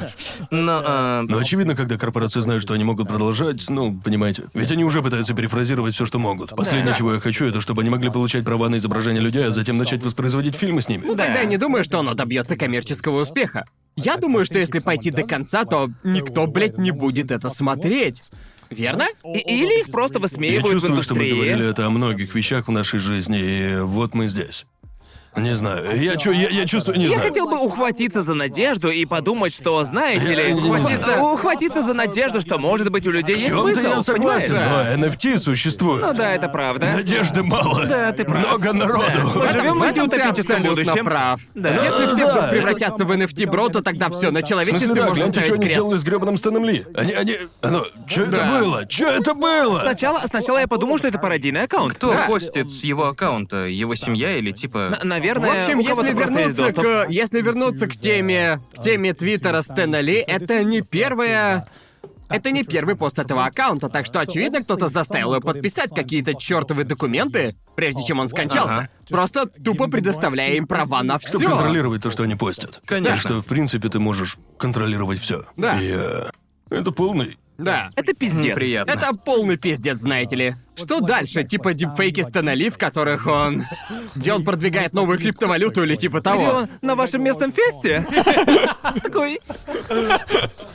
Но, а, Но очевидно, когда корпорации знают, что они могут продолжать, ну, понимаете. Ведь они уже пытаются перефразировать все, что могут. Последнее, чего я хочу, это чтобы они могли получать права на изображение людей, а затем начать воспроизводить фильмы с ними. Ну тогда я не думаю, что оно добьется коммерческого успеха. Я думаю, что если пойти до конца, то никто, блядь, не будет это смотреть. Верно? И- или их просто Я высмеивают в чувствую, что мы индустрии. говорили это о многих вещах в нашей жизни, и вот мы здесь. Не знаю, я, чё, я, я чувствую, не Я знаю. хотел бы ухватиться за надежду и подумать, что, знаете Я- ли, я не ухватиться, знаю. ухватиться за надежду, что, может быть, у людей В есть чём-то смысл, я согласен, понимаешь? но эн эф ти существует. Ну да, это правда. Надежды мало. Да, ты прав. Много народу. Мы живем В в этом ты антиутопическом абсолютно будущем. прав. Да. Если все Да, вдруг это- превратятся в эн эф ти, бро, то тогда все, на В смысле, человечестве да, можно гляньте, что ставить они крест. делали с грёбаным Стэном Ли. Они, они... Оно... Чё это Да. было? Чё это было? Сначала, сначала я подумал, что это пародийный аккаунт. кто Да. постит с его аккаунта? Его семья или типа... Н- Наверное, В общем, у кого-то если просто есть вернуться доступ. к... Если вернуться к теме... К теме твиттера Стэна Ли, это не первая... Это не первый пост этого аккаунта, так что, очевидно, кто-то заставил его подписать какие-то чертовы документы, прежде чем он скончался. Ага. Просто тупо предоставляя им права на все. Чтобы контролировать то, что они постят. Конечно. Так что, в принципе, ты можешь контролировать все. Да. И... э, это полный... Да. Это пиздец. Неприятно. Это полный пиздец, знаете ли. Что дальше? Типа дипфейки Стэна Ли, в которых он... Где он продвигает новую криптовалюту или типа Где того. он? На вашем местном фесте? Такой...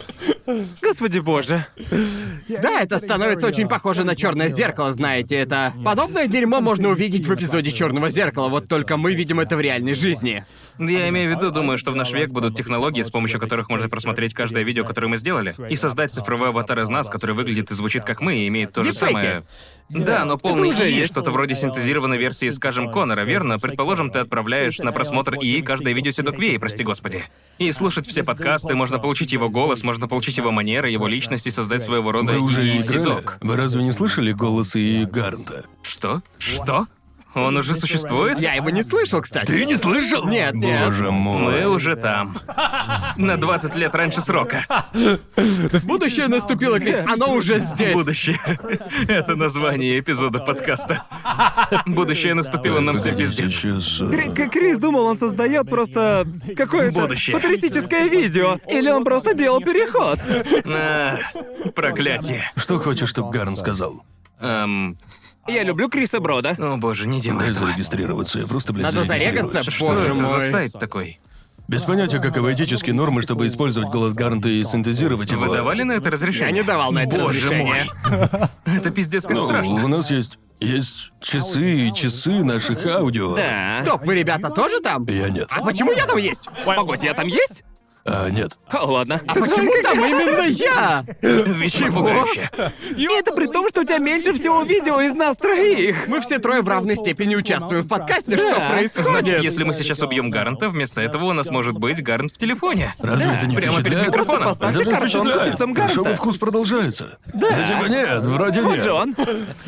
Господи боже. Да, это становится очень похоже на черное зеркало, знаете, это. Подобное дерьмо можно увидеть в эпизоде Черного зеркала, вот только мы видим это в реальной жизни. Я имею в виду, думаю, что в наш век будут технологии, с помощью которых можно просмотреть каждое видео, которое мы сделали, и создать цифровой аватар из нас, который выглядит и звучит как мы, и имеет то же Дипфейки. самое. Да, но полный уже ИИ, есть. что-то вроде синтезированной версии, скажем, Конора, верно? Предположим, ты отправляешь на просмотр ИИ каждое видео Седоквей, прости господи. И слушать все подкасты, можно получить его голос, можно получить его манеры, его личность и создать своего рода Вы уже ИИ играли? Седок. Вы разве не слышали голос и Гарнта? Что? Что? Он уже существует? Я его не слышал, кстати. Ты не слышал? Нет, нет. Боже мой. Мы уже там. На двадцать лет раньше срока. Будущее наступило, Крис, оно уже здесь. Будущее. Это название эпизода подкаста. Будущее наступило, нам все Погодите, пиздец. сейчас, э, Кри- К- Крис думал, он создает просто какое-то Будущее. футуристическое видео. Или он просто делал переход. А, проклятие. Что хочешь, чтобы Гарн сказал? Эм, Я люблю Криса Брода. о боже, не делай Дай этого. зарегистрироваться, я просто, блядь, Надо зарегистрируюсь. зарегаться? Что Боже это мой. за сайт такой? Без понятия, каковы этические нормы, чтобы использовать голос Гарнта и синтезировать его. Вы давали на это разрешение? Я не давал на это Боже разрешение. мой. Это пиздец как Ну, страшно. у нас есть... Есть часы и часы наших аудио. Да. Стоп, вы, ребята, тоже там? Я нет. А почему я там есть? Погодь, я там есть? А, нет. О, ладно. А почему там именно я? Весьма пугающе. И это при том, что у тебя меньше всего видео из нас троих. Мы все трое в равной степени участвуем в подкасте. Что Да. происходит? Значит, если мы сейчас убьем Гарнта, вместо этого у нас может быть Гарнт в телефоне. Разве это не прямо перед впечатляет? микрофоном. Просто поставьте Это же картон с впечатляет. лицом Гарнта. Трешовый вкус продолжается. Да. Ну, типа нет, вроде Вот нет. же он.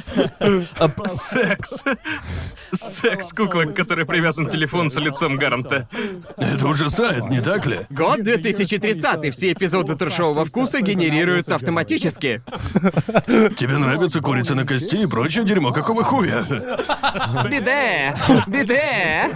Секс. Секс кукла, к которой привязан телефон с лицом Гарнта. Это ужасает, не так ли? Год две тысячи тридцатый. Все эпизоды трешового вкуса генерируются автоматически. Тебе нравится курица на кости и прочее дерьмо? Какого хуя? Биде! Биде!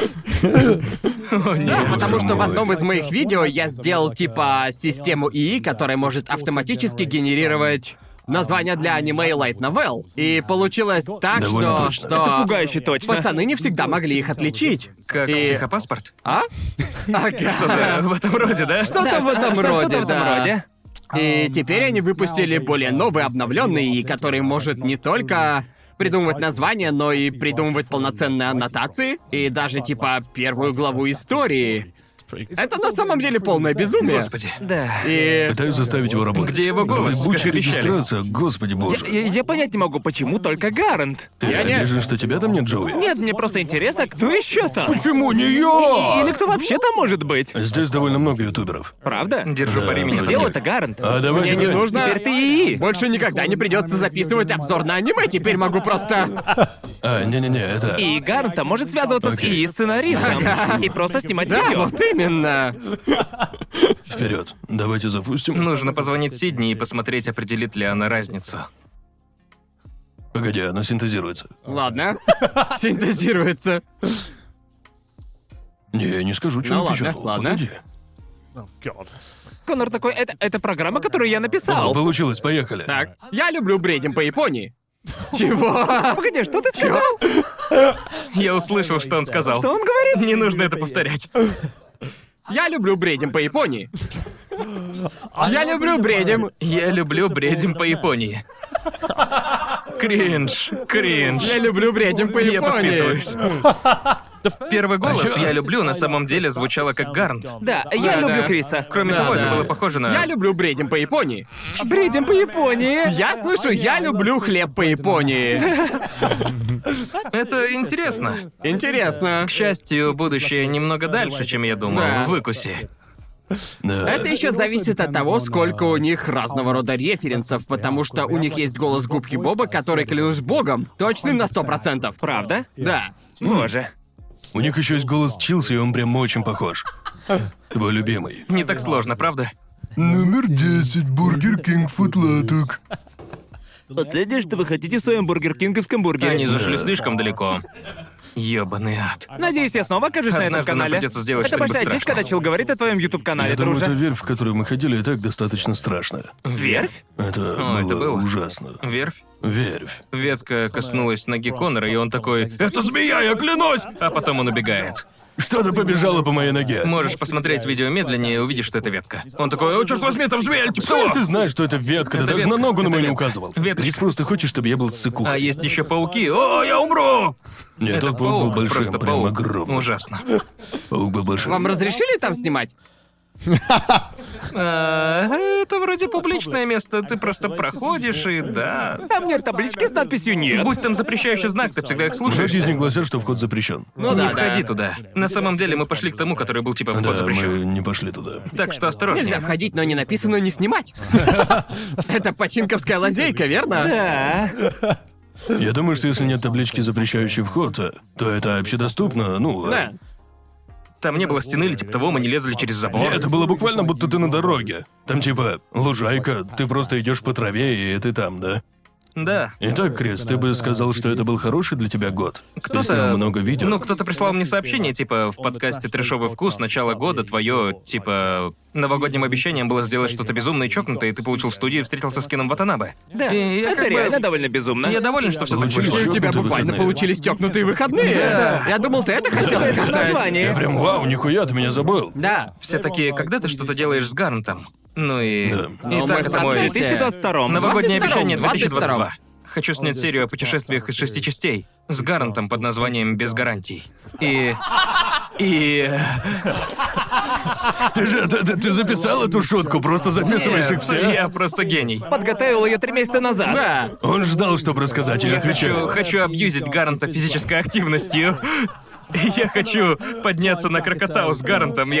Да, потому боже что в мой. одном из моих видео я сделал типа систему ИИ, которая может автоматически генерировать названия для аниме и лайт-новелл. И получилось так, Довольно что... точно. что Это пугающе точно. Пацаны не всегда могли их отличить. Как И- психопаспорт? А? Ага. Да, в этом роде, да? Что-то Да, в этом что-то роде, в этом да. роде. И теперь они выпустили более новый, обновленный ИИ, который может не только придумывать названия, но и придумывать полноценные аннотации, и даже типа первую главу истории. Это на самом деле полное безумие. Господи. Да. И... Пытаюсь заставить его работать. Где его голос? Ебучая Как обещали. регистрация, господи боже. Я, я понять не могу, почему только Гарант. Ты Я не- обижен, что тебя там нет, Джоуи? Нет, мне просто интересно, кто еще там? Почему не я? Или кто вообще там может быть? Здесь довольно много ютуберов. Правда? Держу Да, пари меня. правда. Сделал это Гарант. А давай Мне не теперь- нужно... Теперь ты ИИ. Больше никогда не придется записывать обзор на аниме, теперь могу просто... А, не-не-не, это... И Гаранта может связываться с Окей. ИИ-сценаристом и просто снимать Да, видео. вот именно. Вперед. Давайте запустим. Нужно позвонить Сидни и посмотреть, определит ли она разницу. Погоди, она синтезируется. Ладно. Синтезируется. Не, я не скажу, что Ну ладно, напечатал. ладно. Погоди. Конор такой, это, это программа, которую я О, написал. получилось, поехали. Так, я люблю бредим по Японии. Чего? Погоди, что ты сказал? Я услышал, что он сказал. Что он говорит? Не нужно это повторять. Я люблю бредим по Японии. Я люблю бредим. Я люблю бредим по Японии. Кринж, кринж. Я люблю бредим по Я Японии. подписываюсь. Первый голос чё? «Я люблю» на самом деле звучало как Гарнт. Да, я Да, люблю да. Криса. Кроме Да, того, да. это было похоже на... Я люблю бредим по Японии. Бредим по Японии. Я слышу, я люблю хлеб по Японии. Это интересно. Интересно. К счастью, будущее немного дальше, чем я думал, Да. в выкусе. Да. Это еще зависит от того, сколько у них разного рода референсов, потому что у них есть голос губки Боба, который, клянусь богом, точный на сто процентов. Правда? Да. Боже. У них еще есть голос Чилси, и он прям очень похож. Твой любимый. Не так сложно, правда? Номер десять, Бургер Кинг футлаток. Последнее, что вы хотите в своем бургер-кинговском бургере. Они зашли слишком далеко. Ёбаный ад. Надеюсь, я снова окажусь на этом Однажды нам канале. придется сделать Это что-нибудь большая честь, страшное. когда Чил говорит о твоем YouTube-канале, Я думаю, друже. эта верфь, в которую мы ходили, и так достаточно страшно. Верфь? Это, О, было, это было. ужасно. Верфь? Верфь. Ветка коснулась ноги Конора, и он такой «Это змея, я клянусь!» А потом он убегает. Что-то побежало по моей ноге. Можешь посмотреть видео медленнее и увидишь, что это ветка. Он такой, о, черт возьми, там змея, типа того. Ты знаешь, что это ветка, ты Это даже на ветка, ногу на это мою не ветка. указывал. Веточка. Ты просто хочешь, чтобы я был ссыкухой. А есть еще пауки. О, я умру! Нет, Этот тот паук был большим, просто прям паук. огромный. Ужасно. Паук был большим. Вам разрешили там снимать? А, это вроде публичное место, ты просто проходишь и да. Там нет таблички с надписью «нет». Будь там запрещающий знак, ты всегда их слушаешь. Многие из них гласят, что вход запрещен. Ну Не да, входи да. туда. На самом деле мы пошли к тому, который был типа вход Да, запрещен. мы не пошли туда. Так что осторожнее. Нельзя входить, но не написано не снимать. Это починковская лазейка, верно? Да. Я думаю, что если нет таблички, запрещающей вход, то это общедоступно, ну... Да. Там не было стены или типа того, мы не лезли через забор. Нет, это было буквально будто ты на дороге. Там типа лужайка, ты просто идешь по траве, и ты там, да? Да. Итак, Крис, ты бы сказал, что это был хороший для тебя год? Ты Кто-то... снял много видео? Ну, кто-то прислал мне сообщение, типа, в подкасте «Трэшовый вкус» начало года твое, типа, новогодним обещанием было сделать что-то безумное и чокнутое, и ты получил студию и встретился с Кином Ватанабе. Да, И я это как бы- реально довольно безумно. Я доволен, что все так Получились вышло. И у тебя Чокнутые буквально выходные. получились тёкнутые выходные. Я думал, ты это хотел Это сказать. название. Я прям, вау, нихуя, ты меня забыл. Да. Все такие, когда ты что-то делаешь с Гарнтом? Ну и... Да. И Но мы так в это мой... В две тысячи двадцать втором. Новогоднее двадцать втором, обещание две тысячи двадцать два. двадцать Хочу снять серию о путешествиях из шести частей с Гарантом под названием «Без гарантий». И... И... Ты же, ты, ты- ты записал эту шутку, просто записываешь их Нет, все. я просто гений. Подготовил ее три месяца назад. Да. Он ждал, чтобы рассказать, и Я хочу, отвечал. хочу абьюзить Гаранта физической активностью. Я хочу подняться на Крокотау с Гарантом.